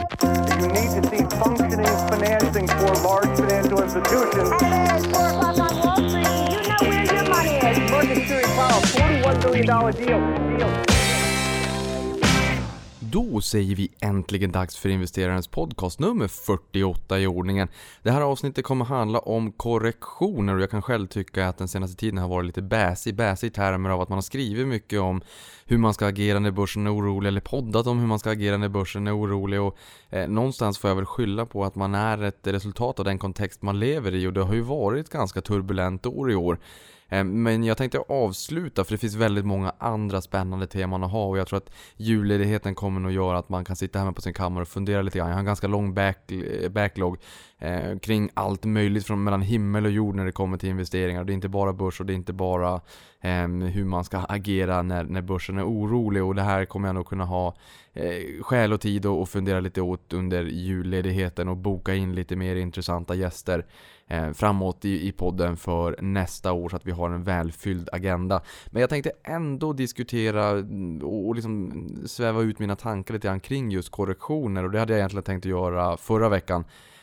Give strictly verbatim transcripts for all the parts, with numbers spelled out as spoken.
You need to see functioning financing for large financial institutions. Hey, it's four o'clock on Wall Street. You know where your money is. Market Theory Powell, forty-one billion dollars deal. deal. Då säger vi äntligen dags för investerarens podcast nummer fyrtioåtta i ordningen. Det här avsnittet kommer handla om korrektioner och jag kan själv tycka att den senaste tiden har varit lite bäsig, bäsig i termer av att man har skrivit mycket om hur man ska agera när börsen är orolig eller poddat om hur man ska agera när börsen är orolig och eh, någonstans får jag väl skylla på att man är ett resultat av den kontext man lever i och det har ju varit ett ganska turbulent år i år. Men jag tänkte avsluta för det finns väldigt många andra spännande teman att ha och jag tror att julledigheten kommer nog göra att man kan sitta hemma på sin kammare och fundera lite grann. Jag har en ganska lång back, backlog eh, kring allt möjligt från mellan himmel och jord när det kommer till investeringar. Det är inte bara börs och det är inte bara eh, hur man ska agera när, när börsen är orolig och det här kommer jag nog kunna ha eh, skäl och tid och, och fundera lite åt under julledigheten och boka in lite mer intressanta gäster Eh, framåt i, i podden för nästa år så att vi har en välfylld agenda. Men jag tänkte ändå diskutera och, och liksom sväva ut mina tankar lite grann kring just korrektioner och det hade jag egentligen tänkt att göra förra veckan.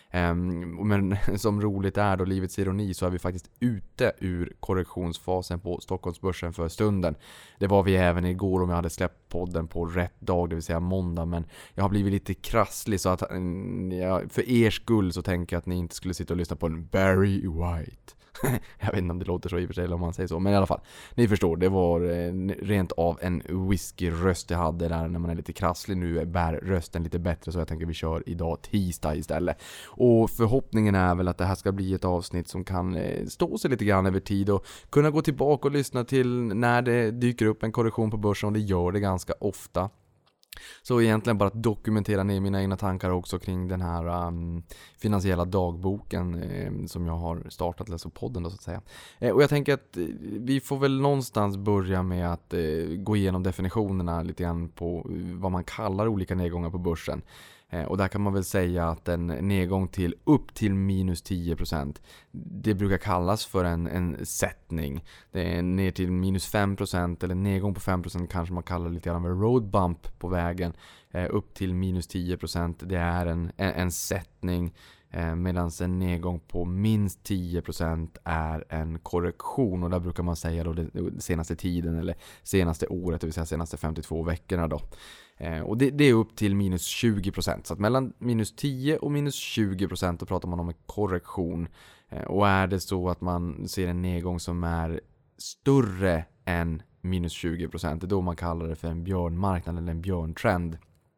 Um, men som roligt är då livets ironi så är vi faktiskt ute ur korrektionsfasen på Stockholmsbörsen för stunden. Det var vi även igår om jag hade släppt podden på rätt dag, det vill säga måndag, men jag har blivit lite krasslig så att ja, för er skull så tänker jag att ni inte skulle sitta och lyssna på en Barry White. Jag vet inte om det låter så i och för sig eller om man säger så, men i alla fall, ni förstår, det var eh, rent av en whiskyröst jag hade där när man är lite krasslig. Nu bär rösten lite bättre så jag tänker vi kör idag tisdag istället. Och förhoppningen är väl att det här ska bli ett avsnitt som kan eh, stå sig lite grann över tid och kunna gå tillbaka och lyssna till när det dyker upp en korrektion på börsen och det gör det ganska ofta. Så egentligen bara att dokumentera ner mina egna tankar också kring den här um, finansiella dagboken eh, som jag har startat, alltså podden då så att säga. Eh, och jag tänker att eh, vi får väl någonstans börja med att eh, gå igenom definitionerna lite grann på vad man kallar olika nedgångar på börsen. Och där kan man väl säga att en nedgång till upp till minus tio procent, det brukar kallas för en, en sättning. Det är ner till minus fem procent eller nedgång på fem procent kanske man kallar lite grann en road bump på vägen. Upp till minus tio procent, det är en, en, en sättning. Medan en nedgång på minst tio procent är en korrektion och där brukar man säga då den senaste tiden eller senaste året, det vill säga senaste femtiotvå veckorna då. Och det, det är upp till minus tjugo procent, så att mellan minus tio och minus tjugo procent då pratar man om en korrektion. Och är det så att man ser en nedgång som är större än minus tjugo procent, det är då man kallar det för en björnmarknad eller en björntrend.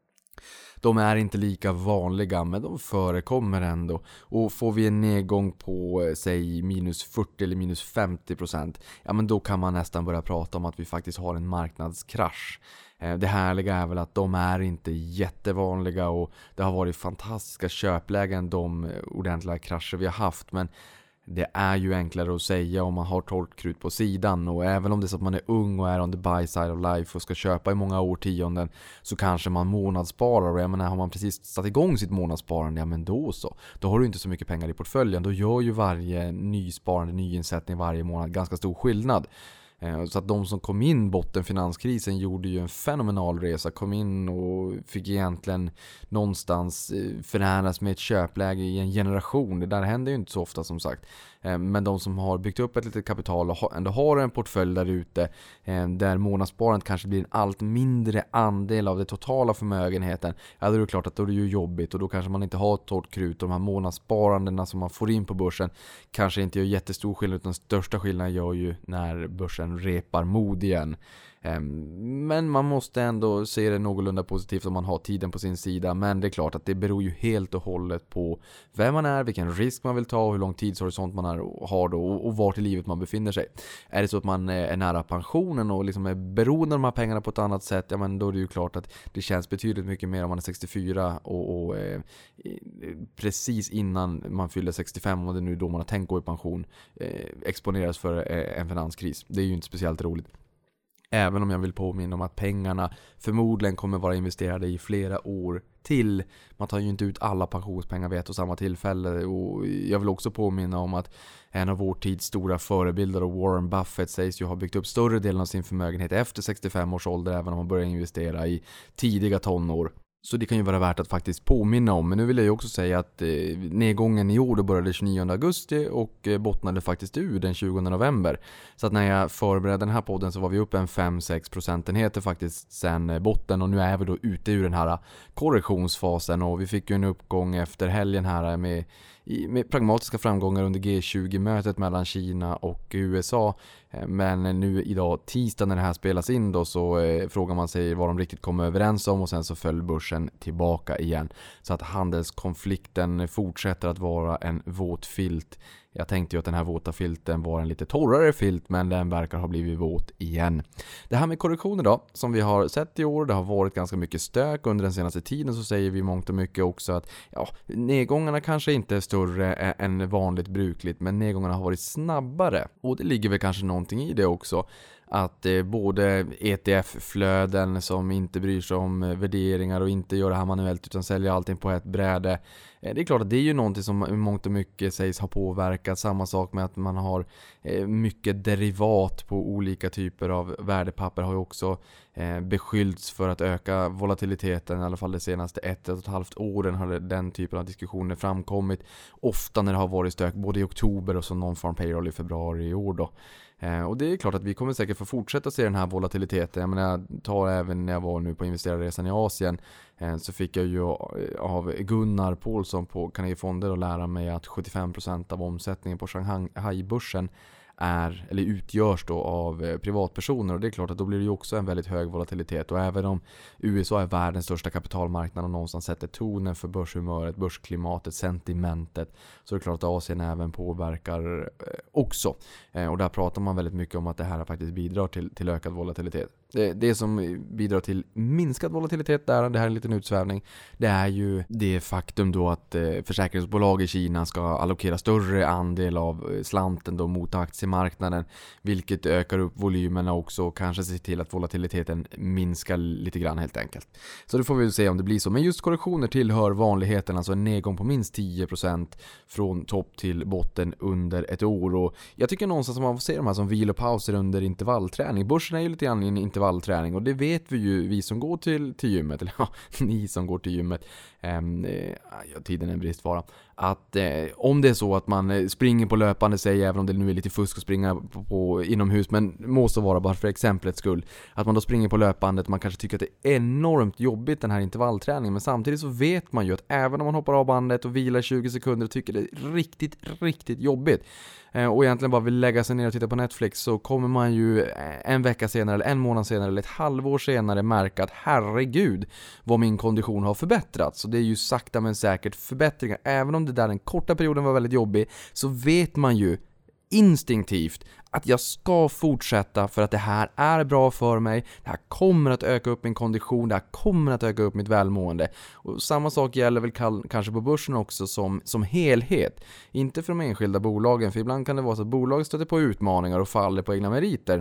De är inte lika vanliga men de förekommer ändå. Och får vi en nedgång på säg minus fyrtio eller minus femtio procent, ja men då kan man nästan börja prata om att vi faktiskt har en marknadskrasch. Det härliga är väl att de är inte jättevanliga och det har varit fantastiska köplägen de ordentliga krascher vi har haft, men det är ju enklare att säga om man har torrt krut på sidan och även om det är så att man är ung och är on the buy side of life och ska köpa i många årtionden så kanske man månadssparar och jag menar, har man precis satt igång sitt månadssparande, ja men då så. Då har du inte så mycket pengar i portföljen, då gör ju varje nysparande, nyinsättning varje månad ganska stor skillnad. Så att de som kom in botten finanskrisen gjorde ju en fenomenal resa, kom in och fick egentligen någonstans föräras med ett köpläge i en generation. Det där händer ju inte så ofta som sagt. Men de som har byggt upp ett litet kapital och ändå har en portfölj där ute där månadssparandet kanske blir en allt mindre andel av det totala förmögenheten, ja då är det klart att då är det ju jobbigt och då kanske man inte har ett torrt krut och de här månadssparandena som man får in på börsen kanske inte gör jättestor skillnad utan största skillnaden gör ju när börsen repar mod igen. Men man måste ändå se det någorlunda positivt om man har tiden på sin sida. Men det är klart att det beror ju helt och hållet på vem man är, vilken risk man vill ta och hur lång tidshorisont man har då och vart i livet man befinner sig. Är det så att man är nära pensionen och liksom är beroende av de här pengarna på ett annat sätt, ja men då är det ju klart att det känns betydligt mycket mer om man är sextiofyra och, och eh, precis innan man fyller sextiofem och det är nu då man har tänkt gå i pension eh, exponeras för eh, en finanskris. Det är ju inte speciellt roligt. Även om jag vill påminna om att pengarna förmodligen kommer vara investerade i flera år till. Man tar ju inte ut alla pensionspengar vid ett och samma tillfälle. Och jag vill också påminna om att en av vår tids stora förebilder, Warren Buffett, sägs ju ha byggt upp större delen av sin förmögenhet efter sextiofem års ålder, även om man börjar investera i tidiga tonår. Så det kan ju vara värt att faktiskt påminna om. Men nu vill jag ju också säga att eh, nedgången i år då började tjugonionde augusti och eh, bottnade faktiskt ur den tjugonde november. Så att när jag förberedde den här podden så var vi uppe en fem sex procentenheter faktiskt sen eh, botten. Och nu är vi då ute ur den här korrektionsfasen och vi fick ju en uppgång efter helgen här med, i, med pragmatiska framgångar under G tjugo-mötet mellan Kina och U S A. Men nu idag tisdag när det här spelas in då så eh, frågar man sig vad de riktigt kommer överens om och sen så föll börsen tillbaka igen. Så att handelskonflikten fortsätter att vara en våt filt. Jag tänkte ju att den här våta filten var en lite torrare filt men den verkar ha blivit våt igen. Det här med korrektioner då som vi har sett i år, det har varit ganska mycket stök under den senaste tiden, så säger vi mångt och mycket också att ja, nedgångarna kanske inte är större än vanligt brukligt men nedgångarna har varit snabbare och det ligger väl kanske någonting i det också. Att eh, både E T F-flöden som inte bryr sig om eh, värderingar och inte gör det här manuellt utan säljer allting på ett bräde. Eh, det är klart att det är ju någonting som mångt och mycket sägs ha påverkat. Samma sak med att man har eh, mycket derivat på olika typer av värdepapper har ju också eh, beskyllts för att öka volatiliteten. I alla fall de senaste ett och ett halvt åren har den typen av diskussioner framkommit. Ofta när det har varit stök både i oktober och så non-farm payroll i februari i år då. Eh, och det är klart att vi kommer säkert få fortsätta se den här volatiliteten. Jag menar, tar även när jag var nu på investerarresan i Asien eh, så fick jag ju av Gunnar Paulsson på Carnegie Fonder och lära mig att sjuttiofem procent av omsättningen på Shanghai-börsen är eller utgörs då av eh, privatpersoner och det är klart att då blir det ju också en väldigt hög volatilitet och även om U S A är världens största kapitalmarknad och någonstans sätter tonen för börshumöret, börsklimatet, sentimentet så är det klart att Asien även påverkar eh, också eh, och där pratar man väldigt mycket om att det här faktiskt bidrar till, till ökad volatilitet. Det, det som bidrar till minskad volatilitet där, det här är en liten utsvävning, det är ju det faktum då att eh, försäkringsbolag i Kina ska allokera större andel av slanten då mot aktiemarknaden, vilket ökar upp volymerna också och kanske ser till att volatiliteten minskar lite grann helt enkelt. Så det får vi se om det blir så. Men just korrektioner tillhör vanligheten, alltså en nedgång på minst tio procent från topp till botten under ett år. Och jag tycker någonstans att man får se de här som vilopauser under intervallträning. Börsen är ju lite grann i en intervallträning och det vet vi ju, vi som går till, till gymmet, eller ja, ni som går till gymmet, ehm, ja, tiden är en bristvara, att eh, om det är så att man springer på löpande, säger även om det nu är lite fusk att springa på, på inomhus, men måste vara bara för exemplets skull, att man då springer på löpandet, man kanske tycker att det är enormt jobbigt den här intervallträningen, men samtidigt så vet man ju att även om man hoppar av bandet och vilar tjugo sekunder och tycker det är riktigt, riktigt jobbigt eh, och egentligen bara vill lägga sig ner och titta på Netflix, så kommer man ju en vecka senare eller en månad senare eller ett halvår senare märka att herregud vad min kondition har förbättrats. Så det är ju sakta men säkert förbättringar. Även om det där den korta perioden var väldigt jobbig, så vet man ju instinktivt att jag ska fortsätta för att det här är bra för mig, det här kommer att öka upp min kondition, det här kommer att öka upp mitt välmående. Och samma sak gäller väl kall- kanske på börsen också som, som helhet. Inte för de enskilda bolagen, för ibland kan det vara så att bolag stöter på utmaningar och faller på egna meriter.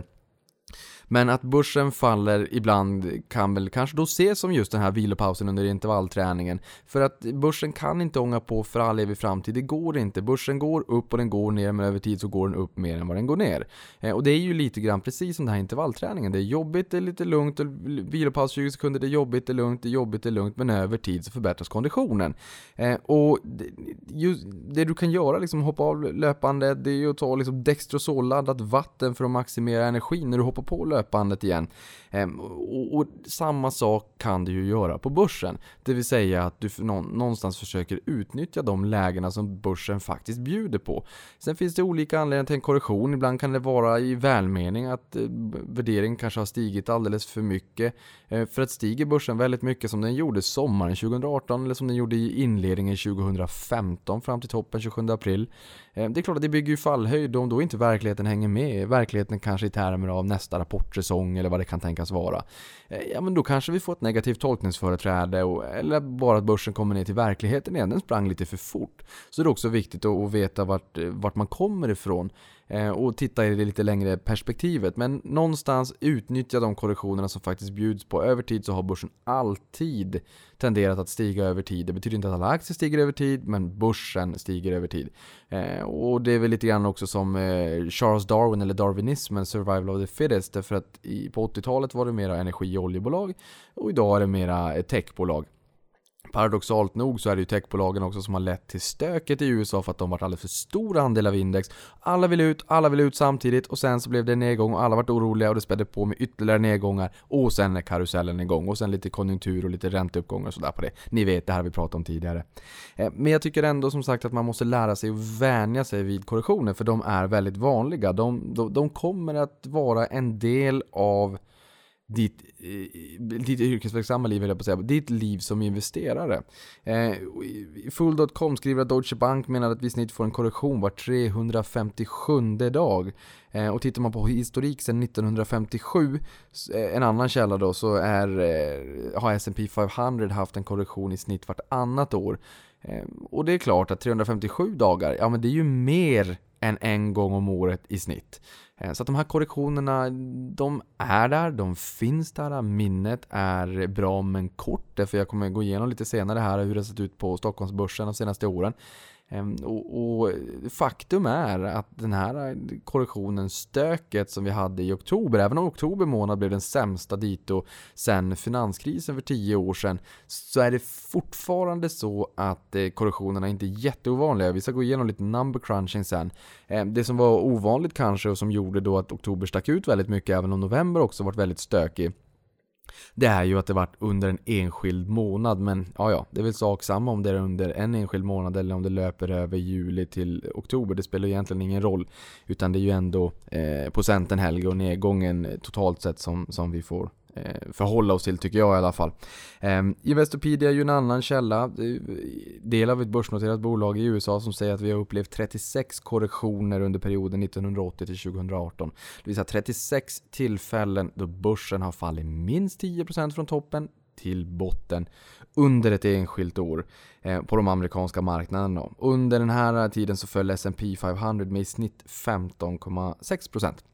Men att börsen faller ibland kan väl kanske då ses som just den här vilopausen under intervallträningen. För att börsen kan inte ånga på för all evig framtid. Det går inte. Börsen går upp och den går ner, men över tid så går den upp mer än vad den går ner. Eh, och det är ju lite grann precis som den här intervallträningen. Det är jobbigt, det är lite lugnt. Vilopaus tjugo sekunder, det är jobbigt, det är lugnt, det är jobbigt, det är lugnt. Men över tid så förbättras konditionen. Eh, och det, just, det du kan göra, liksom hoppa av löpande, det är ju att ta liksom dextrosolladdat vatten för att maximera energi när du hoppar på löpandet igen. Ehm, och, och samma sak kan du ju göra på börsen. Det vill säga att du någonstans försöker utnyttja de lägena som börsen faktiskt bjuder på. Sen finns det olika anledningar till en korrektion. Ibland kan det vara i välmening att eh, värderingen kanske har stigit alldeles för mycket. Eh, för att stiger börsen väldigt mycket som den gjorde sommaren tjugo arton eller som den gjorde i inledningen tjugo femton fram till toppen tjugosjunde april. Eh, det är klart att det bygger ju fallhöjd om då inte verkligheten hänger med. Verkligheten kanske i termer av nästa rapportsäsong eller vad det kan tänkas vara. Ja, men då kanske vi får ett negativt tolkningsföreträde och, eller bara att börsen kommer ner till verkligheten igen. Den sprang lite för fort. Så det är också viktigt att, att veta vart, vart man kommer ifrån eh, och titta i det lite längre perspektivet. Men någonstans utnyttja de korrektionerna som faktiskt bjuds på. Över tid så har börsen alltid tenderat att stiga över tid. Det betyder inte att alla aktier stiger över tid, men börsen stiger över tid. Eh, och det är väl lite grann också som eh, Charles Darwin eller darwinismen, survival of the fittest. Därför att i, på åttiotalet var det mera energi- och oljebolag och idag är det mera techbolag. Paradoxalt nog så är det ju techbolagen också som har lett till stöket i U S A för att de varit alldeles för stor andel av index. Alla vill ut, alla vill ut samtidigt och sen så blev det en nedgång och alla varit oroliga och det spädde på med ytterligare nedgångar och sen är karusellen igång och sen lite konjunktur och lite ränteuppgångar och sådär på det. Ni vet, det här har vi pratat om tidigare. Men jag tycker ändå som sagt att man måste lära sig att vänja sig vid korrektioner för de är väldigt vanliga. De, de, de kommer att vara en del av ditt, ditt yrkesverksamma liv, vill jag på säga, ditt liv som investerare. Eh, Full punkt com skriver att Deutsche Bank menar att vi snitt får en korrektion var trehundrafemtiosjunde dag. Eh, och tittar man på historik sedan nittonhundrafemtiosju, en annan källa då, så är, eh, har S and P femhundra haft en korrektion i snitt vart annat år. Eh, och det är klart att trehundrafemtiosju dagar, ja men det är ju mer än en gång om året i snitt. Så att de här korrektionerna, de är där, de finns där, minnet är bra men kort, för jag kommer gå igenom lite senare här hur det har sett ut på Stockholmsbörsen de senaste åren. Och, och faktum är att den här korrektionen, stöket som vi hade i oktober, även om oktober månad blev den sämsta dito sen finanskrisen för tio år sedan, så är det fortfarande så att korrektionerna inte är jätteovanliga. Vi ska gå igenom lite number crunching sen. Det som var ovanligt kanske och som gjorde då att oktober stack ut väldigt mycket, även om november också varit väldigt stökig, det är ju att det varit under en enskild månad. Men ja, ja, det är väl sak samma om det är under en enskild månad eller om det löper över juli till oktober. Det spelar egentligen ingen roll, utan det är ju ändå eh, procenten helg och nedgången totalt sett som, som vi får eh, förhålla oss till, tycker jag i alla fall. Eh, Investopedia är ju en annan källa, del av ett börsnoterat bolag i U S A, som säger att vi har upplevt trettiosex korrektioner under perioden nittonhundraåttio till tjugohundraarton. Det vill säga trettiosex tillfällen då börsen har fallit minst tio procent från toppen till botten under ett enskilt år eh, på de amerikanska marknaderna. Under den här tiden så föll S and P femhundra med i snitt femton komma sex procent.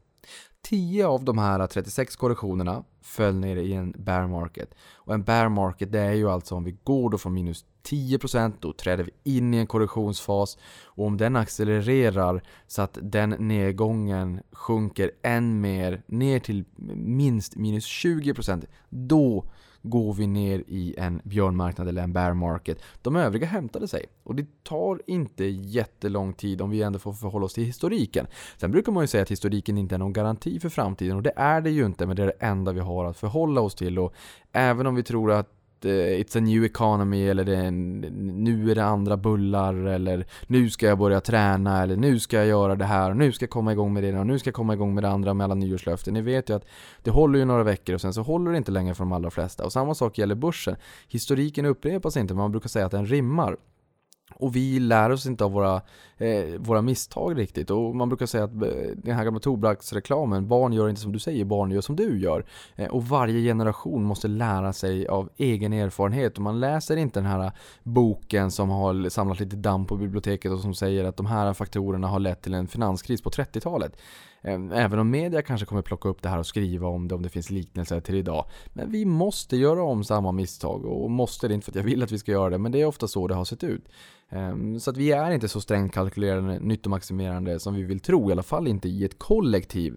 tio av de här trettiosex korrektionerna föll ner i en bear market. Och en bear market, det är ju alltså om vi går då från minus tio procent, då träder vi in i en korrektionsfas. Och om den accelererar så att den nedgången sjunker än mer ner till minst minus tjugo procent, då går vi ner i en björnmarknad eller en bear market. De övriga hämtade sig. Och det tar inte jättelång tid om vi ändå får förhålla oss till historiken. Sen brukar man ju säga att historiken inte är någon garanti för framtiden. Och det är det ju inte, men det är det enda vi har att förhålla oss till. Och även om vi tror att it's a new economy, eller det är, nu är det andra bullar, eller nu ska jag börja träna, eller nu ska jag göra det här, och nu ska jag komma igång med det, och nu ska jag komma igång med det andra med alla nyårslöften. Ni vet ju att det håller ju några veckor och sen så håller det inte längre för de allra flesta. Och samma sak gäller börsen. Historiken upprepas inte, men man brukar säga att den rimmar. Och vi lär oss inte av våra, eh, våra misstag riktigt. Och man brukar säga att eh, den här gamla tobaksreklamen, barn gör inte som du säger, barn gör som du gör. Eh, och varje generation måste lära sig av egen erfarenhet. Och man läser inte den här boken som har samlat lite damm på biblioteket och som säger att de här faktorerna har lett till en finanskris på trettiotalet. Även om media kanske kommer plocka upp det här och skriva om det, om det finns liknelser till idag. Men vi måste göra om samma misstag, och måste det inte för att jag vill att vi ska göra det, men det är ofta så det har sett ut. Så att vi är inte så strängt kalkylerande, nyttomaximerande som vi vill tro, i alla fall inte i ett kollektiv.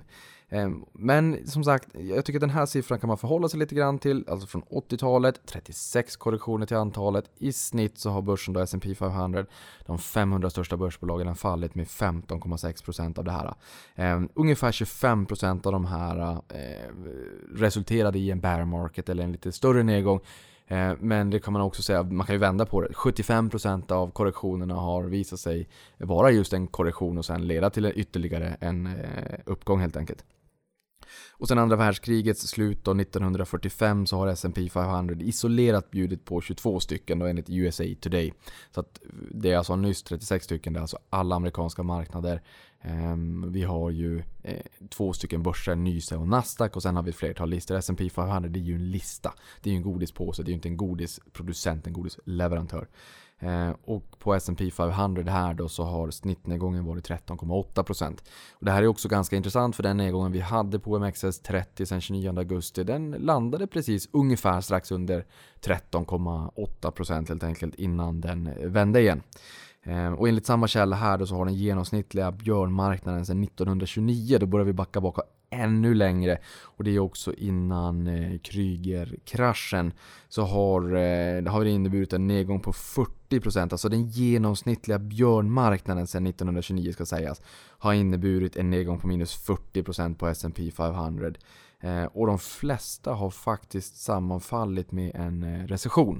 Men som sagt, jag tycker att den här siffran kan man förhålla sig lite grann till. Alltså från åttiotalet, trettiosex korrektioner till antalet. I snitt så har börsen då S and P femhundra, de femhundra största börsbolagen, har fallit med femton komma sex procent av det här. Um, ungefär tjugofem procent av de här uh, resulterade i en bear market eller en lite större nedgång. Uh, men det kan man också säga, man kan ju vända på det. sjuttiofem procent av korrektionerna har visat sig vara just en korrektion och sen leda till ytterligare en uh, uppgång helt enkelt. Och sen andra världskrigets slut då, nittonhundrafyrtiofem, så har S and P femhundra isolerat bjudit på tjugotvå stycken då, enligt U S A Today. Så att det är alltså nyss trettiosex stycken, det är alltså alla amerikanska marknader. Um, vi har ju eh, två stycken börser, Nyse och Nasdaq, och sen har vi ett flertal listor. S and P femhundra, det är ju en lista. Det är ju en godispåse, det är ju inte en godisproducent, en godisleverantör. Eh, och på S and P femhundra här då så har snittnedgången varit tretton komma åtta procent. Och det här är också ganska intressant, för den nedgången vi hade på O M X S trettio sen tjugonionde augusti, den landade precis ungefär strax under tretton komma åtta procent helt enkelt innan den vände igen. Eh, och enligt samma källa här då så har den genomsnittliga björnmarknaden sedan nittonhundratjugonio, då börjar vi backa bak ännu längre. Och det är också innan eh, Krügerkraschen så har, eh, det har det inneburit en nedgång på fyrtio procent. Alltså den genomsnittliga björnmarknaden sedan nittonhundratjugonio ska sägas har inneburit en nedgång på minus fyrtio procent på S and P femhundra. Eh, och de flesta har faktiskt sammanfallit med en eh, recession.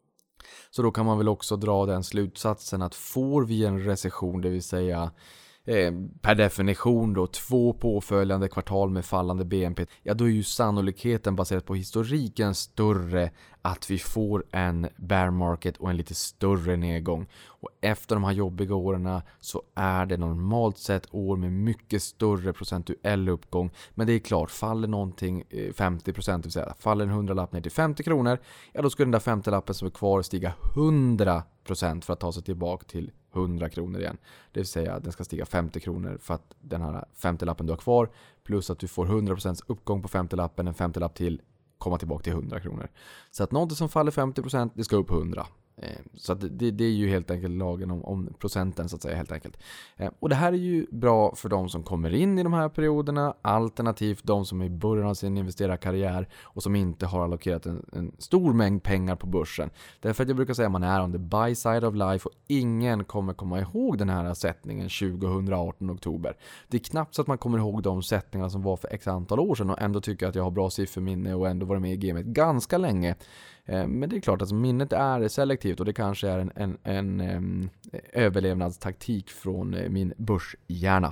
Så då kan man väl också dra den slutsatsen att får vi en recession, det vill säga eh, per definition då två påföljande kvartal med fallande B N P, ja då är ju sannolikheten baserat på historiken större att vi får en bear market och en lite större nedgång. Och efter de här jobbiga åren så är det normalt sett år med mycket större procentuell uppgång. Men det är klart, faller någonting femtio procent, det vill säga faller en hundralapp ner till femtio kronor, ja då skulle den där femtio-lappen som är kvar stiga hundra procent för att ta sig tillbaka till hundra kronor igen. Det vill säga att den ska stiga femtio kronor för att den här femtio-lappen du har kvar, plus att du får hundra procent uppgång på femtio-lappen, en femtio-lapp till, komma tillbaka till hundra kronor. Så att något som faller femtio procent, det ska upp hundra. Så att det, det är ju helt enkelt lagen om, om procenten så att säga helt enkelt. Och det här är ju bra för de som kommer in i de här perioderna, alternativt de som är i början av sin investerarkarriär och som inte har allokerat en, en stor mängd pengar på börsen. Därför att jag brukar säga att man är on the buy side of life och ingen kommer komma ihåg den här sättningen tjugohundraarton oktober. Det är knappt så att man kommer ihåg de sättningarna som var för x antal år sedan och ändå tycker att jag har bra sifferminne och ändå varit med i gamet ganska länge. Men det är klart att minnet är selektivt och det kanske är en, en, en, en överlevnadstaktik från min börshjärna.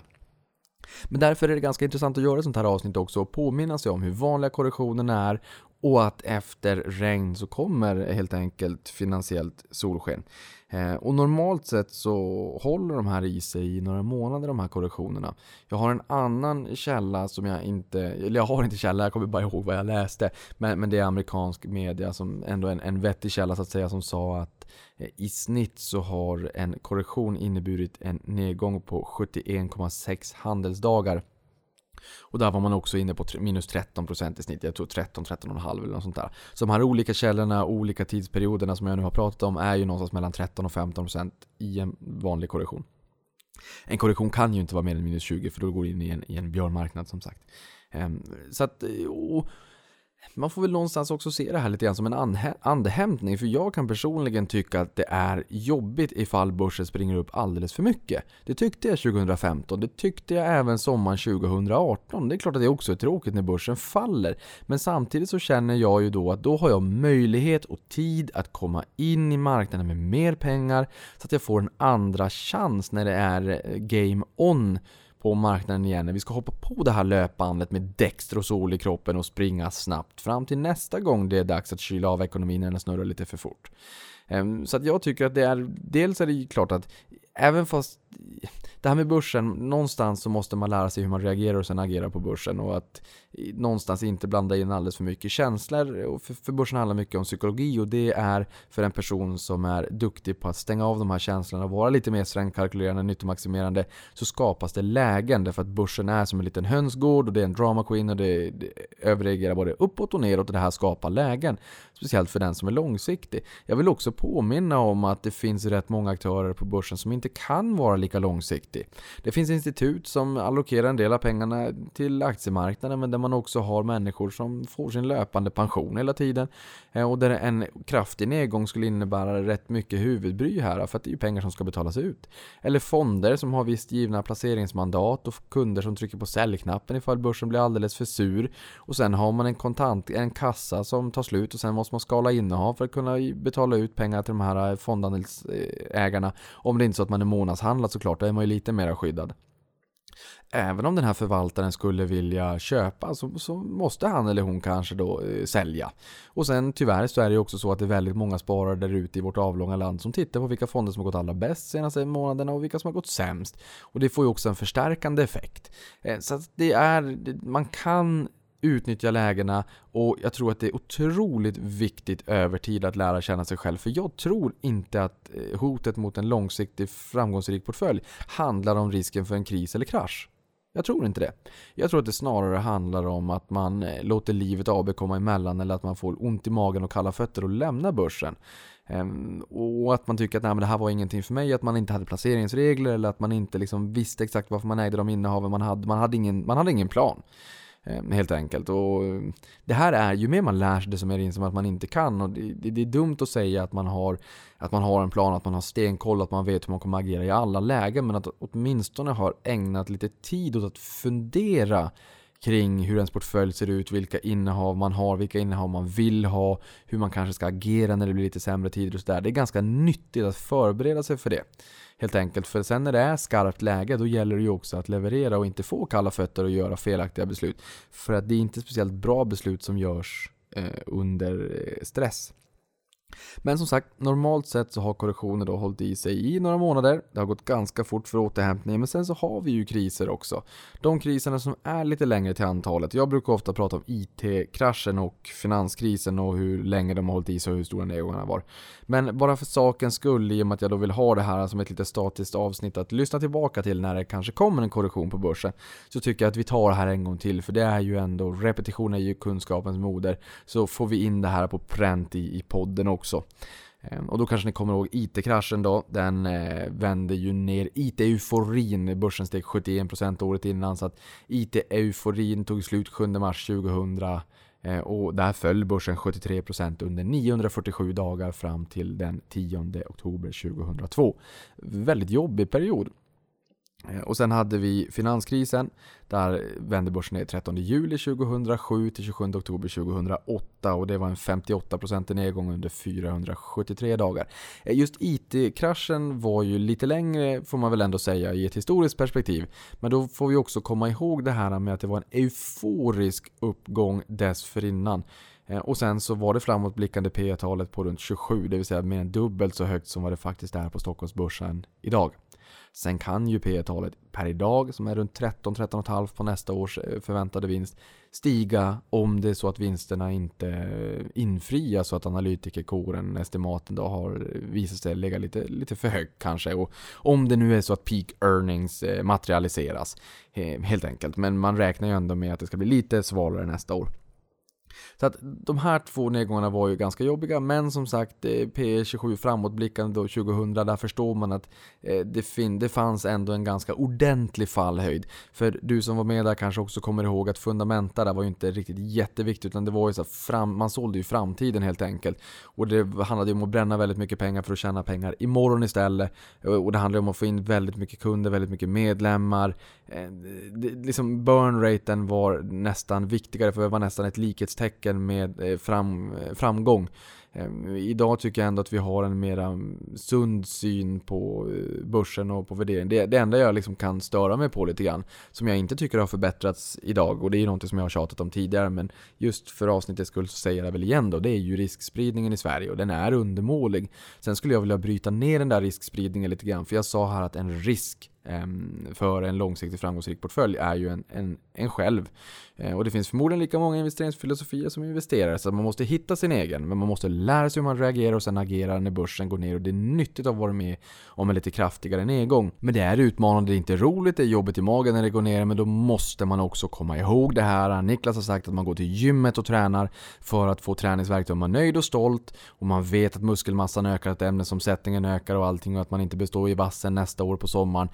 Men därför är det ganska intressant att göra ett sånt här avsnitt också och påminna sig om hur vanliga korrektionen är och att efter regn så kommer helt enkelt finansiellt solsken. Eh, och normalt sett så håller de här i sig i några månader, de här korrektionerna. Jag har en annan källa som jag inte, eller jag har inte källa, jag kommer bara ihåg vad jag läste. Men, men det är amerikansk media som ändå en, en vettig källa så att säga, som sa att eh, i snitt så har en korrektion inneburit en nedgång på sjuttioen komma sex handelsdagar. Och där var man också inne på minus tretton procent i snitt. Jag tror tretton till tretton komma fem eller något sånt där. Så de här olika källorna, olika tidsperioderna som jag nu har pratat om är ju någonstans mellan tretton och femton procent i en vanlig korrektion. En korrektion kan ju inte vara mer än minus tjugo för då går det in i en, i en björnmarknad som sagt. Så att... Och man får väl någonstans också se det här lite grann som en andehämtning, för jag kan personligen tycka att det är jobbigt ifall börsen springer upp alldeles för mycket. Det tyckte jag tjugohundrafemton, det tyckte jag även sommaren tjugohundraarton. Det är klart att det också är tråkigt när börsen faller, men samtidigt så känner jag ju då att då har jag möjlighet och tid att komma in i marknaden med mer pengar så att jag får en andra chans när det är game on på marknaden igen, när vi ska hoppa på det här löpbandet med dextrosol i kroppen och springa snabbt fram till nästa gång det är dags att kyla av ekonomin när den snurrar lite för fort. Så att jag tycker att det är, dels är det ju klart att även fast det här med börsen, någonstans så måste man lära sig hur man reagerar och sen agerar på börsen, och att någonstans inte blanda in alldeles för mycket känslor, och för, för börsen handlar mycket om psykologi, och det är för en person som är duktig på att stänga av de här känslorna och vara lite mer strängt kalkylerande, nyttomaximerande, så skapas det lägen, därför att börsen är som en liten hönsgård och det är en drama queen och det, det överreagerar både uppåt och neråt, och det här skapar lägen, speciellt för den som är långsiktig. Jag vill också påminna om att det finns rätt många aktörer på börsen som inte kan vara lika långsiktig. Det finns institut som allokerar en del av pengarna till aktiemarknaden, men där man också har människor som får sin löpande pension hela tiden, och där en kraftig nedgång skulle innebära rätt mycket huvudbry här, för att det är ju pengar som ska betalas ut. Eller fonder som har visst givna placeringsmandat och kunder som trycker på säljknappen ifall börsen blir alldeles för sur, och sen har man en kontant, en kassa som tar slut, och sen måste man skala innehav för att kunna betala ut pengar till de här fondandelsägarna. Om det inte är så att man är månadshandlad, såklart, då är man ju lite mer skyddad. Även om den här förvaltaren skulle vilja köpa, så, så måste han eller hon kanske då eh, sälja. Och sen tyvärr så är det ju också så att det är väldigt många sparare där ute i vårt avlånga land som tittar på vilka fonder som har gått allra bäst senaste månaderna och vilka som har gått sämst. Och det får ju också en förstärkande effekt. Eh, så att det är, det, man kan utnyttja lägena, och jag tror att det är otroligt viktigt över tid att lära känna sig själv, för jag tror inte att hotet mot en långsiktig framgångsrik portfölj handlar om risken för en kris eller krasch. Jag tror inte det. Jag tror att det snarare handlar om att man låter livet A B komma emellan, eller att man får ont i magen och kalla fötter och lämnar börsen. Um, och att man tycker att nej, men det här var ingenting för mig, att man inte hade placeringsregler, eller att man inte liksom visste exakt varför man ägde de innehaven man hade. Man hade ingen, man hade ingen plan. eh, helt enkelt. Och det här är, ju mer man lär sig det som är det som att man inte kan, och det, det, det är dumt att säga att man har att man har en plan, att man har stenkoll, att man vet hur man kommer agera i alla lägen, men att åtminstone har ägnat lite tid åt att fundera kring hur ens portfölj ser ut, vilka innehav man har, vilka innehav man vill ha, hur man kanske ska agera när det blir lite sämre tider och så där. Det är ganska nyttigt att förbereda sig för det. Helt enkelt, för sen när det är skarpt läge, då gäller det ju också att leverera och inte få kalla fötter och göra felaktiga beslut. För att det är inte speciellt bra beslut som görs eh, under stress. Men som sagt, normalt sett så har korrektioner då hållit i sig i några månader. Det har gått ganska fort för återhämtning, men sen så har vi ju kriser också. De kriserna som är lite längre till antalet. Jag brukar ofta prata om I T-kraschen och finanskrisen och hur länge de har hållit i sig och hur stora nedgångarna var. Men bara för sakens skull, i och med att jag då vill ha det här som ett lite statiskt avsnitt att lyssna tillbaka till när det kanske kommer en korrektion på börsen, så tycker jag att vi tar det här en gång till, för det är ju ändå, repetition är ju kunskapens moder, så får vi in det här på pränt i, i podden också. Och då kanske ni kommer ihåg I T-kraschen då, den eh, vände ju ner I T-euforin, börsen steg sjuttioen procent året innan, så att I T-euforin tog slut sjunde mars tjugohundra eh, och där föll börsen sjuttiotre procent under niohundrafyrtiosju dagar fram till den tionde oktober tjugohundratvå. Väldigt jobbig period. Och sen hade vi finanskrisen, där vände börsen ner trettonde juli tjugohundrasju till tjugosjunde oktober tjugohundraåtta, och det var en femtioåtta procent nedgång under fyrahundrasjuttiotre dagar. Just I T-kraschen var ju lite längre, får man väl ändå säga, i ett historiskt perspektiv. Men då får vi också komma ihåg det här med att det var en euforisk uppgång dessförinnan. Och sen så var det framåtblickande P E-talet på runt tjugosju, det vill säga mer än dubbelt så högt som vad det faktiskt är på Stockholmsbörsen idag. Sen kan ju P E-talet per idag, som är runt tretton till tretton komma fem på nästa års förväntade vinst, stiga om det är så att vinsterna inte infrias, så att analytikerkåren, estimaten då har visat sig lägga lite, lite för högt kanske. Och om det nu är så att peak earnings materialiseras, helt enkelt. Men man räknar ju ändå med att det ska bli lite svalare nästa år. Så att de här två nedgångarna var ju ganska jobbiga, men som sagt P E tjugosju framåtblickande då tjugohundra, där förstår man att det, fin- det fanns ändå en ganska ordentlig fallhöjd. För du som var med där kanske också kommer ihåg att fundamenta där var ju inte riktigt jätteviktigt, utan det var ju så fram- man sålde ju framtiden helt enkelt. Och det handlade ju om att bränna väldigt mycket pengar för att tjäna pengar imorgon istället. Och det handlade om att få in väldigt mycket kunder, väldigt mycket medlemmar. Det, liksom burn-raten var nästan viktigare, för det var nästan ett likhetstecken med fram, framgång. Idag tycker jag ändå att vi har en mera sund syn på börsen och på värdering. Det, det enda jag liksom kan störa mig på lite grann, som jag inte tycker har förbättrats idag, och det är ju något som jag har tjatat om tidigare, men just för avsnittets skull så säger jag väl igen då, det är ju riskspridningen i Sverige, och den är undermålig. Sen skulle jag vilja bryta ner den där riskspridningen lite grann, för jag sa här att en risk för en långsiktig framgångsrik portfölj är ju en, en, en själv. Och det finns förmodligen lika många investeringsfilosofier som investerare, så man måste hitta sin egen, men man måste lära sig hur man reagerar och sen agerar när börsen går ner, och det är nyttigt att vara med om en lite kraftigare nedgång. Men det är utmanande, det är inte roligt, det är jobbigt i magen när det går ner, men då måste man också komma ihåg det här. Niklas har sagt att man går till gymmet och tränar för att få träningsverktyg, och man är nöjd och stolt, och man vet att muskelmassan ökar, att ämnesomsättningen ökar och allting, och att man inte består i vassen nästa år på sommaren.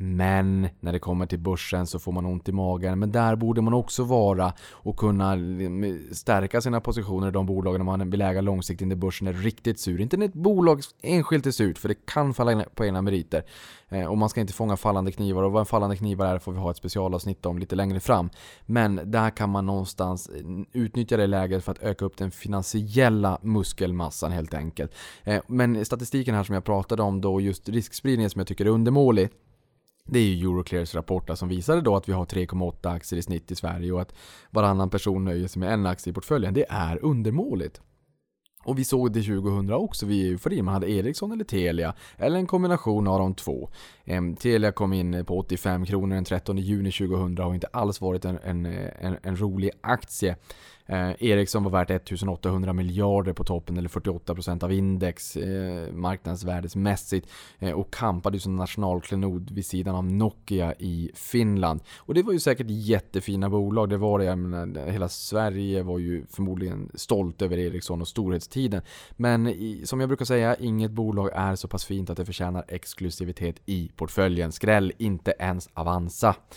Men när det kommer till börsen så får man ont i magen. Men där borde man också vara och kunna stärka sina positioner i de bolagen när man vill äga långsiktigt när börsen är riktigt sur. Inte när ett bolag enskilt är surt, för det kan falla på ena meriter. Och man ska inte fånga fallande knivar, och vad en fallande knivar är får vi ha ett specialavsnitt om lite längre fram. Men där kan man någonstans utnyttja det läget för att öka upp den finansiella muskelmassan helt enkelt. Men statistiken här som jag pratade om då, just riskspridningen som jag tycker är undermålig, det är ju Euroclears rapport som visade då att vi har tre komma åtta aktier i snitt i Sverige, och att varannan person nöjer sig med en aktie i portföljen. Det är undermåligt. Och vi såg det tjugohundra också, vi är ju för man hade Ericsson eller Telia, eller en kombination av de två. Um, Telia kom in på åttiofem kronor den trettonde juni tjugohundra och har inte alls varit en, en, en, en rolig aktie. Uh, Ericsson var värt ettusenåttahundra miljarder på toppen, eller fyrtioåtta procent av index uh, marknadsvärdesmässigt, uh, och kampade ju som nationalklenod vid sidan av Nokia i Finland. Och det var ju säkert jättefina bolag, det var det, jag menar, hela Sverige var ju förmodligen stolt över Ericsson och storhetstiden. Men i, som jag brukar säga, inget bolag är så pass fint att det förtjänar exklusivitet i portföljen. Skräll inte ens Avanza.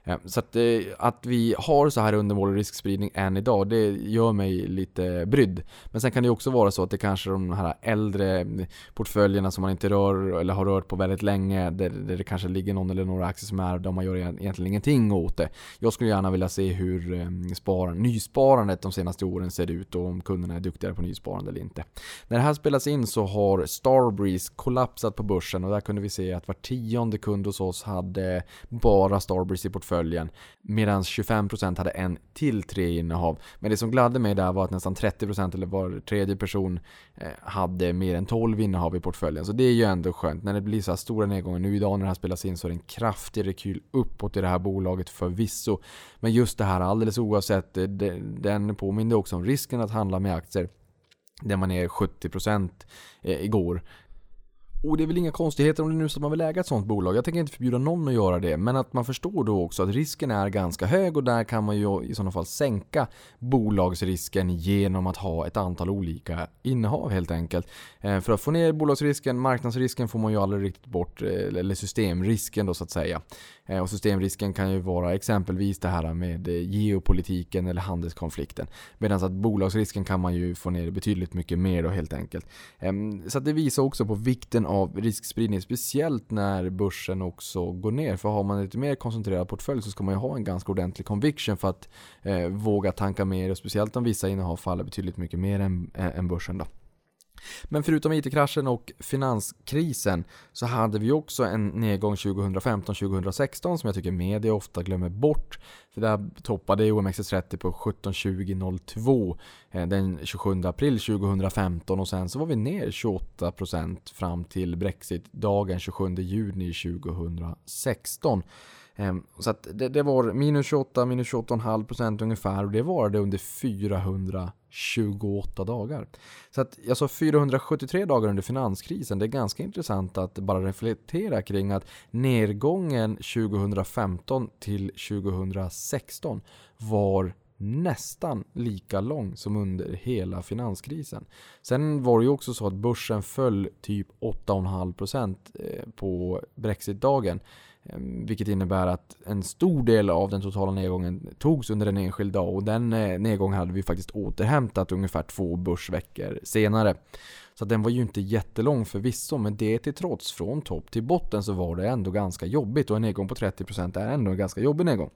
Så att, att vi har så här undermålig riskspridning än idag, det gör mig lite brydd. Men sen kan det också vara så att det kanske är de här äldre portföljerna som man inte rör eller har rört på väldigt länge, där, där det kanske ligger någon eller några aktier som är där man gör egentligen ingenting åt det. Jag skulle gärna vilja se hur spar, nysparandet de senaste åren ser ut och om kunderna är duktigare på nysparande eller inte. När det här spelas in så har Starbreeze kollapsat på börsen och där kunde vi se att var tionde kund hos oss hade bara Starbreeze i portföljen, medan tjugofem procent hade en till tre innehav. Men det som gladde mig där var att nästan trettio procent eller var tredje person hade mer än tolv innehav i portföljen. Så det är ju ändå skönt. När det blir så här stora nedgångar nu idag när det här spelas in så är det en kraftig rekyl uppåt i det här bolaget förvisso. Men just det här alldeles oavsett, den påminner också om risken att handla med aktier där man är sjuttio procent igår. Och det är väl inga konstigheter om det nu så att man vill äga ett sånt bolag. Jag tänker inte förbjuda någon att göra det. Men att man förstår då också att risken är ganska hög. Och där kan man ju i sådana fall sänka bolagsrisken genom att ha ett antal olika innehav helt enkelt. För att få ner bolagsrisken, marknadsrisken får man ju aldrig riktigt bort. Eller systemrisken då så att säga. Och systemrisken kan ju vara exempelvis det här med geopolitiken eller handelskonflikten. Medan att bolagsrisken kan man ju få ner betydligt mycket mer då helt enkelt. Så att det visar också på vikten av riskspridning, speciellt när börsen också går ner. För har man lite mer koncentrerad portfölj så ska man ju ha en ganska ordentlig conviction för att eh, våga tanka mer, och speciellt om vissa innehav faller betydligt mycket mer än, än börsen då. Men förutom I T-kraschen och finanskrisen så hade vi också en nedgång tjugofemton tjugosexton som jag tycker media ofta glömmer bort. För där toppade O M X S trettio på sjutton tjugo noll två den tjugosjunde april tjugofemton och sen så var vi ner tjugoåtta procent fram till Brexit-dagen tjugosjunde juni tjugosexton. Så att det, det var minus tjugoåtta, minus tjugoåtta komma fem procent ungefär, och det var det under fyrahundratjugoåtta dagar. Så att jag sa fyrahundrasjuttiotre dagar under finanskrisen. Det är ganska intressant att bara reflektera kring att nedgången tjugofemton till tjugosexton var nästan lika lång som under hela finanskrisen. Sen var det ju också så att börsen föll typ åtta komma fem procent på Brexit-dagen. Vilket innebär att en stor del av den totala nedgången togs under en enskild dag. Och den nedgången hade vi faktiskt återhämtat ungefär två börsveckor senare. Så den var ju inte jättelång förvisso, men det till trots från topp till botten så var det ändå ganska jobbigt. Och en nedgång på trettio procent är ändå en ganska jobbig nedgång.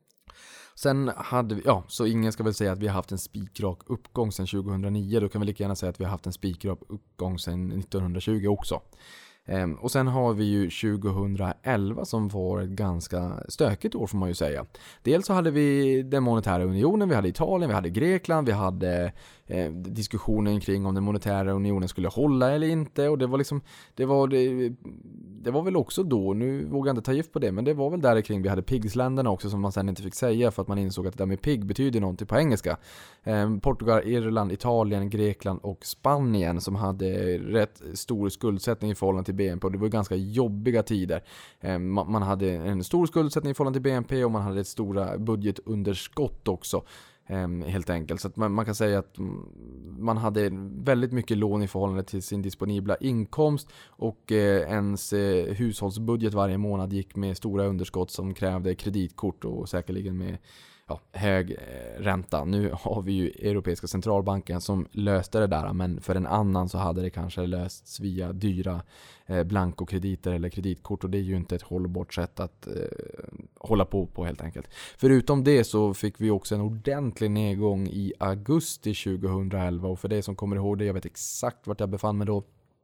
Sen hade vi, ja, så ingen ska väl säga att vi har haft en spikrak uppgång sedan tjugohundranio. Då kan vi lika gärna säga att vi har haft en spikrak uppgång sedan nittonhundratjugo också. Och sen har vi ju tjugohundraelva som var ett ganska stökigt år får man ju säga. Dels så hade vi den monetära unionen, vi hade Italien, vi hade Grekland, vi hade eh, diskussionen kring om den monetära unionen skulle hålla eller inte, och det var liksom det var det, det var väl också då, nu vågar jag inte ta gift på det, men det var väl där kring vi hade pigsländerna också som man sen inte fick säga för att man insåg att det där med pig betyder någonting på engelska. Eh, Portugal, Irland, Italien, Grekland och Spanien som hade rätt stor skuldsättning i förhållande till B N P, och det var ganska jobbiga tider. Eh, man, man hade en stor skuldsättning i förhållande till B N P och man hade ett stora budgetunderskott också. Helt enkelt. Så att man, man kan säga att man hade väldigt mycket lån i förhållande till sin disponibla inkomst, och eh, ens eh, hushållsbudget varje månad gick med stora underskott som krävde kreditkort och säkerligen med ja, hög eh, ränta. Nu har vi ju Europeiska centralbanken som löste det där, men för en annan så hade det kanske lösts via dyra eh, blankokrediter eller kreditkort, och det är ju inte ett hållbart sätt att eh, hålla på på helt enkelt. Förutom det så fick vi också en ordentlig nedgång i augusti tjugohundraelva, och för det som kommer ihåg det, jag vet exakt vart jag befann mig då.